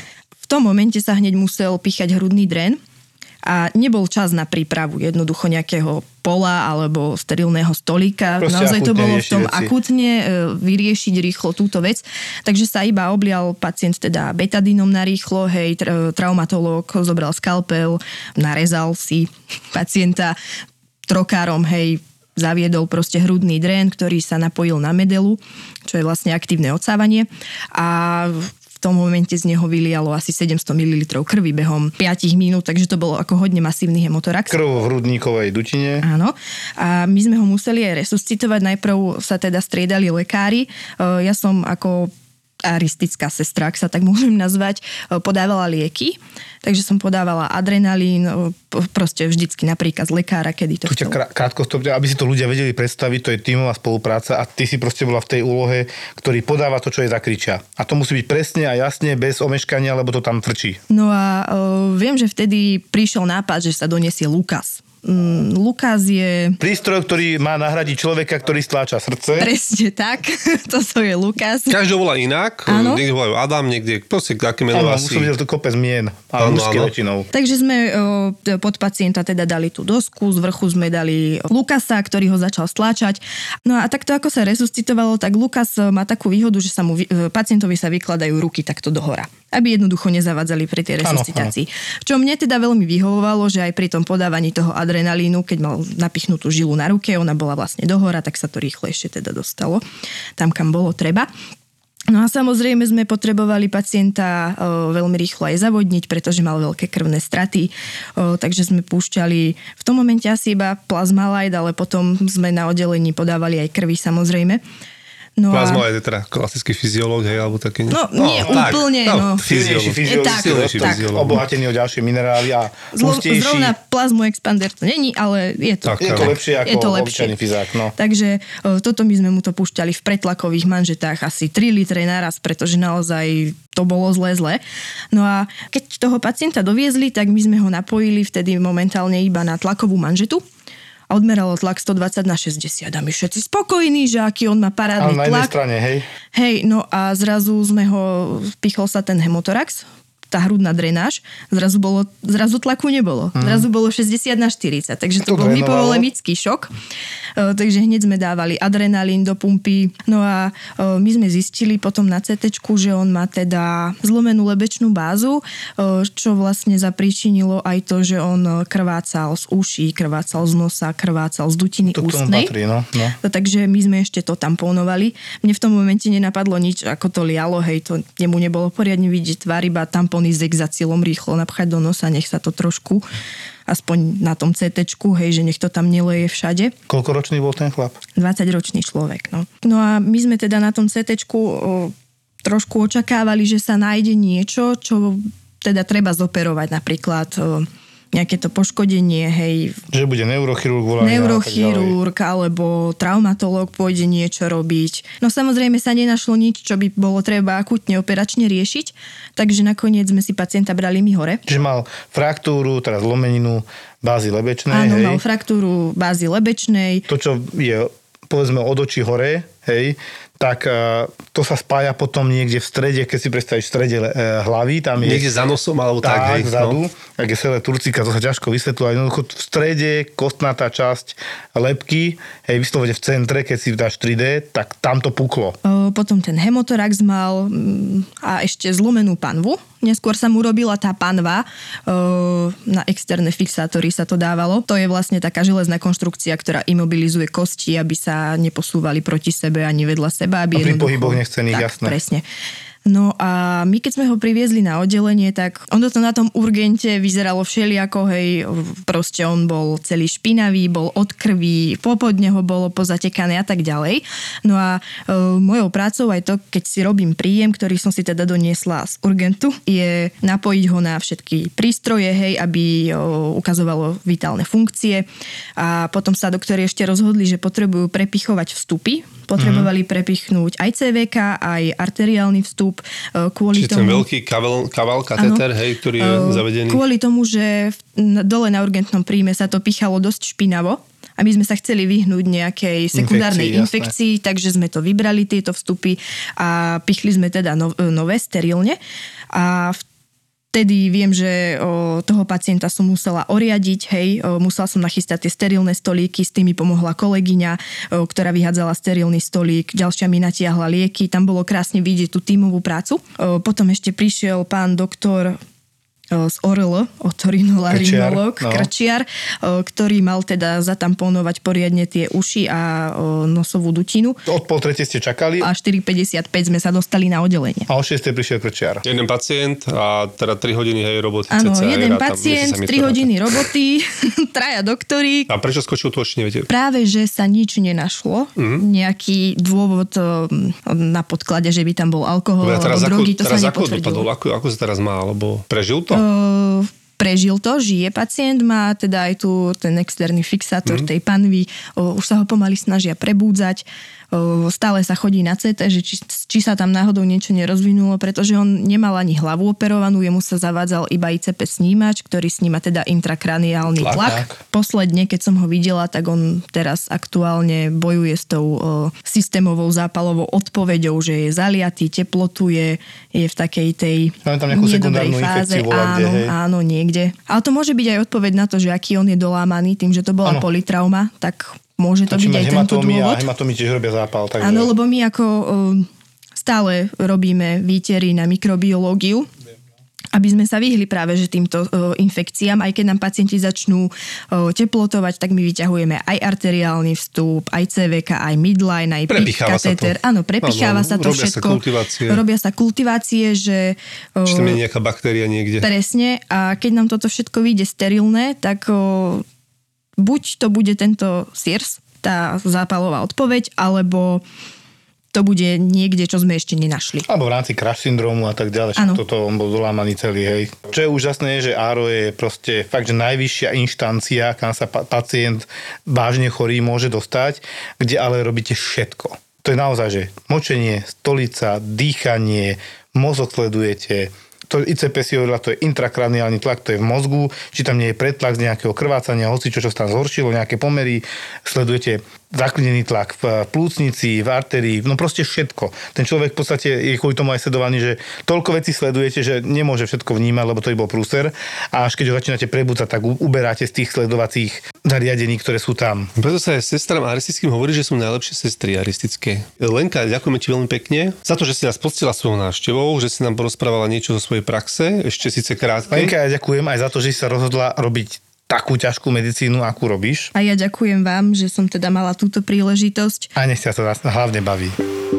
V tom momente sa hneď musel píchať hrudný drén a nebol čas na prípravu jednoducho nejakého pola alebo sterilného stolíka. Proste Naozaj to akútne bolo v riešiť tom veci. akútne e, vyriešiť rýchlo túto vec. Takže sa iba oblial pacient teda betadínom na rýchlo, hej, tra- traumatológ zobral skalpel, narezal si pacienta trokárom, hej, zaviedol proste hrudný drén, ktorý sa napojil na medelu, čo je vlastne aktívne odsávanie a v tom momente z neho vylialo asi sedemsto mililitrov krvi behom päť minút, takže to bolo ako hodne masívny hemotorax. Krv v hrudníkovej dutine. Áno. A my sme ho museli aj resuscitovať. Najprv sa teda striedali lekári. Ja som ako aristická sestra, ak sa tak môžem nazvať, podávala lieky. Takže som podávala adrenalín, proste vždycky napríklad z lekára, kedy to Tu ťa krá- krátko stopne, aby si to ľudia vedeli predstaviť, to je tímová spolupráca a ty si proste bola v tej úlohe, ktorý podáva to, čo je zakričia. A to musí byť presne a jasne, bez omeškania, lebo to tam frčí. No a uh, viem, že vtedy prišiel nápad, že sa donesie Lukas. Mm, Lukas je... Prístroj, ktorý má nahradiť človeka, ktorý stláča srdce. Presne tak. Toto je Lukas. Každý ho volá inak, Áno. niekde volajú Adam, niekde, proste aké meno Áno, asi. som videl to kopec mien, ale Áno, mužské áno. väčšinou. Takže sme o, pod pacienta teda dali tú dosku, z vrchu sme dali Lukasa, ktorý ho začal stláčať. No a takto ako sa resuscitovalo, tak Lukas má takú výhodu, že sa mu, pacientovi sa vykladajú ruky takto dohora. aby jednoducho nezavadzali pri tej resuscitácii. Čo mne teda veľmi vyhovovalo, že aj pri tom podávaní toho adrenalínu, keď mal napichnutú žilu na ruke, ona bola vlastne dohora, tak sa to rýchlejšie teda dostalo tam, kam bolo treba. No a samozrejme sme potrebovali pacienta o, veľmi rýchlo aj zavodniť, pretože mal veľké krvné straty, o, takže sme púšťali v tom momente asi iba plazmalajt, ale potom sme na oddelení podávali aj krvi samozrejme. No Plazma a... je teda klasický fyziológ, hej, alebo taký... No, nie no, tak, úplne, no. no. Silnejší Je tak, fyziológ, tak. obohatený o ďalšie minerály a Zlo, hustejší. Zrovna plazmu expander to není, ale je to, Tak, Je to lepšie ako je to lepšie. obyčajný fyzák, no. Takže o, toto my sme mu to púšťali v pretlakových manžetách asi tri litre naraz, pretože naozaj to bolo zle, zle. No a keď toho pacienta doviezli, tak my sme ho napojili vtedy momentálne iba na tlakovú manžetu a odmeralo tlak stodvadsať na šesťdesiat a my všetci spokojní, že aký on má parádny Ale na jednej tlak. strane, hej. Hej, no a zrazu sme ho, pichol sa ten hemotorax, tá hrudná drenáž, zrazu, bolo, zrazu tlaku nebolo. Mhm. Zrazu bolo šesťdesiat na štyridsať, takže to, To bol drenovalo. hypovolemický šok. E, takže hneď sme dávali adrenalín do pumpy. No a e, my sme zistili potom na cé téčku, že on má teda zlomenú lebečnú bázu, e, čo vlastne zapríčinilo aj to, že on krvácal z uší, krvácal z nosa, krvácal z dutiny To k tomu ústnej. patrí, no. no. No, takže my sme ešte to tamponovali. Mne v tom momente nenapadlo nič, ako to lialo, hej, to nemu nebolo poriadne vidieť tvár, iba tampony s exacilom rýchlo napchať do nosa, nech sa to trošku, aspoň na tom cé téčku, hej, že nech to tam neleje všade. Koľko ročný bol ten chlap? dvadsaťročný človek, no. No a my sme teda na tom cé téčku o, trošku očakávali, že sa nájde niečo, čo teda treba zoperovať, napríklad o, nejaké to poškodenie, hej, Že bude neurochirurg volaný a tak ďalej. neurochirurg alebo traumatológ pôjde niečo robiť. No samozrejme sa nenašlo nič, čo by bolo treba akútne operačne riešiť, takže nakoniec sme si pacienta brali my hore. Že mal fraktúru, teraz zlomeninu bázy lebečnej, Áno, hej. mal fraktúru bázy lebečnej. To, čo je, povedzme, od očí hore, hej, tak uh, to sa spája potom niekde v strede, keď si predstavíš v strede uh, hlavy, tam je... Niekde za nosom, alebo tak, tak, hej. vzadu, No. ak je celé turcika, to sa ťažko vysvetľuje. Jednoducho v strede, kostnatá časť lebky, hej, vyslovene v centre, keď si dáš tri dé, tak tam to puklo. O, potom ten hemotorax mal mm, a ešte zlomenú panvu. Neskôr sa mu robila tá panva, o, na externé fixátory sa to dávalo. To je vlastne taká železná konštrukcia, ktorá imobilizuje kosti, aby sa neposúvali proti sebe ani vedľa seba. Aby A pri jednoducho- pohyboch nechcených, tak, jasné. Presne. No a my keď sme ho priviezli na oddelenie, tak on to na tom urgente vyzeralo všelijako, hej, proste on bol celý špinavý, bol od krvi, popodne ho bolo pozatekané a tak ďalej. No a e, mojou prácou aj to, keď si robím príjem, ktorý som si teda doniesla z urgentu, je napojiť ho na všetky prístroje, hej, aby e, ukazovalo vitálne funkcie. A potom sa doktori ešte rozhodli, že potrebujú prepichovať vstupy. Potrebovali mm. prepichnúť aj cé vé ká, aj arteriálny vstup. Kvôli Čiže tomu, ten veľký kaval, kaval katéter, hej, ktorý je Uh, zavedený. Kvôli tomu, že v, dole na urgentnom príjme sa to pichalo dosť špinavo a my sme sa chceli vyhnúť nejakej sekundárnej Infekcii, infekcii, takže sme to vybrali, tieto vstupy a pichli sme teda no, nové, sterilne. A v Vtedy viem, že o, toho pacienta som musela oriadiť, hej, o, musela som nachystať tie sterilné stolíky, s tým mi pomohla kolegyňa, o, ktorá vyhádzala sterilný stolík, ďalšia mi natiahla lieky, tam bolo krásne vidieť tú tímovú prácu. O, potom ešte prišiel pán doktor z ó er el, otorinolaryngológ, Krčiar, no. krčiar, o, ktorý mal teda zatamponovať poriadne tie uši a o, nosovú dutinu. Od pol tretej ste čakali A štyri päťdesiatpäť sme sa dostali na oddelenie. a o šiestej prišiel krčiar. Jeden pacient a teda tri hodiny, hej, roboty. Áno, cca, jeden rátam, pacient, nechce sa mi tri to hodiny roboty, traja doktori. rátať. A prečo skočil to, ešte neviete? Práve, že sa nič nenašlo. Mm-hmm. Nejaký dôvod um, na podklade, že by tam bol alkohol Dobre, a teraz alebo ako, drogy, to teraz sa ako dopadol? nepotvrdilo. Ako, ako sa teraz má? Alebo prežil to? Uh, prežil to, žije pacient, má teda aj tu ten externý fixátor mm. tej panvy, uh, už sa ho pomaly snažia prebúdzať, uh, stále sa chodí na cé té, že či, či sa tam náhodou niečo nerozvinulo, pretože on nemal ani hlavu operovanú, jemu sa zavádzal iba í cé pé snímač, ktorý sníma teda intrakraniálny Tlak, tlak. tak. Posledne, keď som ho videla, tak on teraz aktuálne bojuje s tou uh, systémovou zápalovou odpoveďou, že je zaliatý, teplotuje, je v takej tej Máme tam nejakú nedobrej sekundárnu fáze. infekciu volať, Áno, hej. áno, niekde. Ale to môže byť aj odpoveď na to, že aký on je dolámaný, tým, že to bola Áno. polytrauma, tak môže to Či byť máš aj tento hematómy dôvod. a hematómy tiež robia zápal. Takže... Áno, lebo my ako um, stále robíme výtery na mikrobiológiu aby sme sa vyhli práve že týmto o, infekciám. Aj keď nám pacienti začnú o, teplotovať, tak my vyťahujeme aj arteriálny vstup, aj cé vé ká, aj midline, aj pich katéter. Áno, prepicháva sa to robia všetko. Sa kultivácie. Robia sa kultivácie, že... O, Či tam je nejaká baktéria niekde. Presne. A keď nám toto všetko vyjde sterilné, tak o, buď to bude tento S I R S, tá zápalová odpoveď, alebo to bude niekde, čo sme ešte nenašli. Alebo v rámci crash syndromu a tak ďalej. Ano. Toto on bol dolámaný celý, hej. Čo je úžasné, je, že áro je proste fakt, že najvyššia inštancia, kam sa pa- pacient vážne chorý môže dostať, kde ale robíte všetko. To je naozaj, že močenie, stolica, dýchanie, mozog sledujete. To í cé pé si hovorila, to je intrakraniálny tlak, to je v mozgu, či tam nie je predtlak z nejakého krvácania, hoci čo, čo sa tam zhoršilo, nejaké pomery, sledujete zaklinený tlak v plúcnici, v artérii, no proste všetko. Ten človek v podstate je kvôli tomu aj sledovaný, že toľko vecí sledujete, že nemôže všetko vnímať, lebo to je bol prúser a až keď ho začínate prebudzať, tak uberáte z tých sledovacích zariadení, ktoré sú tam. Preto sa aj sestram aristickým hovorí, že sú najlepšie sestry aristické. Lenka, ďakujeme ti veľmi pekne za to, že si nás poctila svojou návštevou, že si nám porozprávala niečo zo svojej praxe, ešte síce krátke. Lenka, ja ďakujem aj za to, že si sa rozhodla robiť takú ťažkú medicínu, akú robíš. A ja ďakujem vám, že som teda mala túto príležitosť. A nech sa to nás hlavne baví.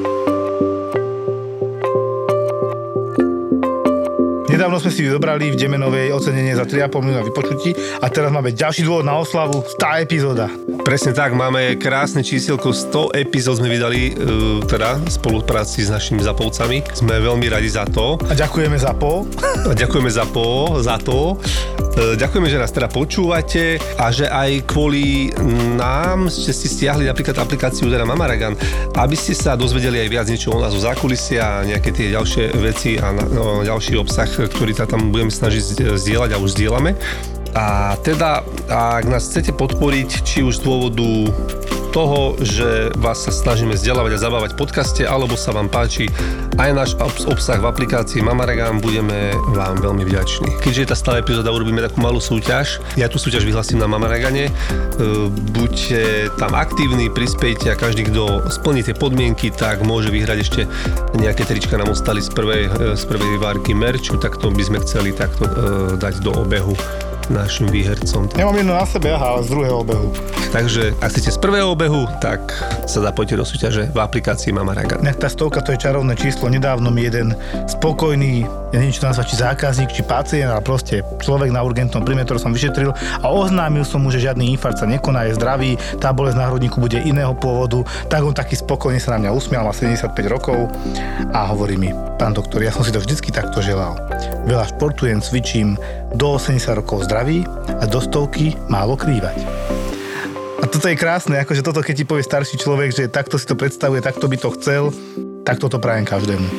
Nedávno sme si vybrali v Demenovej ocenenie za tri a pol minúty vypočutí a teraz máme ďalší dôvod na oslavu, stá epizóda. Presne tak, máme krásne čísielko, sto epizód sme vydali, uh, teda v spolupráci s našimi zapovcami. Sme veľmi radi za to. A ďakujeme za po. A ďakujeme za po, za to. Uh, ďakujeme, že nás teda počúvate a že aj kvôli nám ste si stiahli napríklad aplikáciu teda Mamaragan, aby ste sa dozvedeli aj viac niečo o nás zo zákulisia a nejaké tie ďalšie veci a na, no, ďalší obsah, ktorý sa tam budeme snažiť zdieľať a už zdieľame. A teda, ak nás chcete podporiť, či už z dôvodu toho, že vás sa snažíme vzdelávať a zabávať v podcaste, alebo sa vám páči aj náš obsah v aplikácii Mamaragan, budeme vám veľmi vďační. Keďže je tá stála epizóda, urobíme takú malú súťaž. Ja tú súťaž vyhlasím na Mamaragane. Buďte tam aktívni, prispejte a každý, kto splní tie podmienky, tak môže vyhrať ešte nejaké trička. Nám ostali z prvej, z prvej várky merču, tak to by sme chceli takto dať do obehu našim výhercom. Ja mám jedno na sebe, aha, ale z druhého obehu. Takže ak chcete z prvého obehu, tak sa zapojte do súťaže v aplikácii Mamaragan. Nech tá stovka, to je čarovné číslo. Nedávno mi jeden spokojný, ja neviem, či to nazvať, či zákazník, či pacient, ale proste človek na urgentnom príjme, ktorý som vyšetril a oznámil som mu, že žiadny infarkt sa nekoná, je zdravý, tá bolesť na hrudníku bude iného pôvodu, tak on taký spokojne sa na mňa usmial, má sedemdesiatpäť rokov a hovorí mi: pán doktor, ja som si to vždycky takto želal. Veľa športujem, cvičím, do osemdesiat rokov zdraví a do stovky málo krývať. A toto je krásne, akože toto, keď ti povie starší človek, že takto si to predstavuje, takto by to chcel, tak toto prajem každému.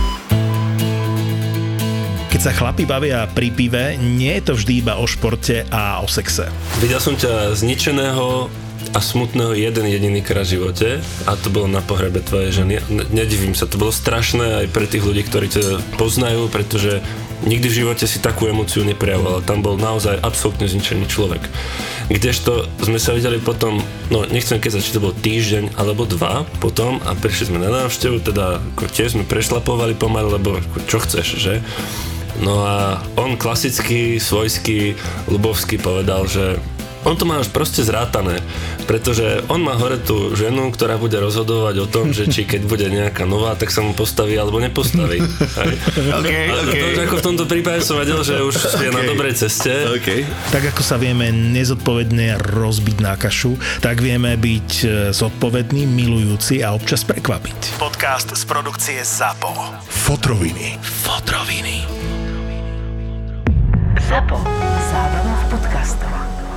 Keď sa chlapi bavia pri pive, nie je to vždy iba o športe a o sexe. Videl som ťa zničeného a smutného jeden jediný krát v živote a to bolo na pohrebe tvojej ženy. Nedivím sa, to bolo strašné aj pre tých ľudí, ktorí ťa poznajú, pretože nikdy v živote si takú emóciu neprejavoval. Tam bol naozaj absolútne zničený človek. Kdežto sme sa videli potom, no nechcem keď či to bol týždeň alebo dva potom a prišli sme na návštevu, teda ako tiež sme prešlapovali pomaly, lebo čo chceš, že? No a on klasicky, svojský, ľubovský povedal, že on to má už proste zrátané, pretože on má hore tú ženu, ktorá bude rozhodovať o tom, že či keď bude nejaká nová, tak sa mu postaví alebo nepostaví. Okay, a okay. To, ako v tomto prípade som vedel, že už je okay. Na dobrej ceste. Okay. Tak ako sa vieme nezodpovedne rozbiť na kašu, tak vieme byť zodpovední, milujúci a občas prekvapiť. Podcast z produkcie ZAPO. Fotroviny. Fotroviny. ZAPO. Zábrná v podcastovách.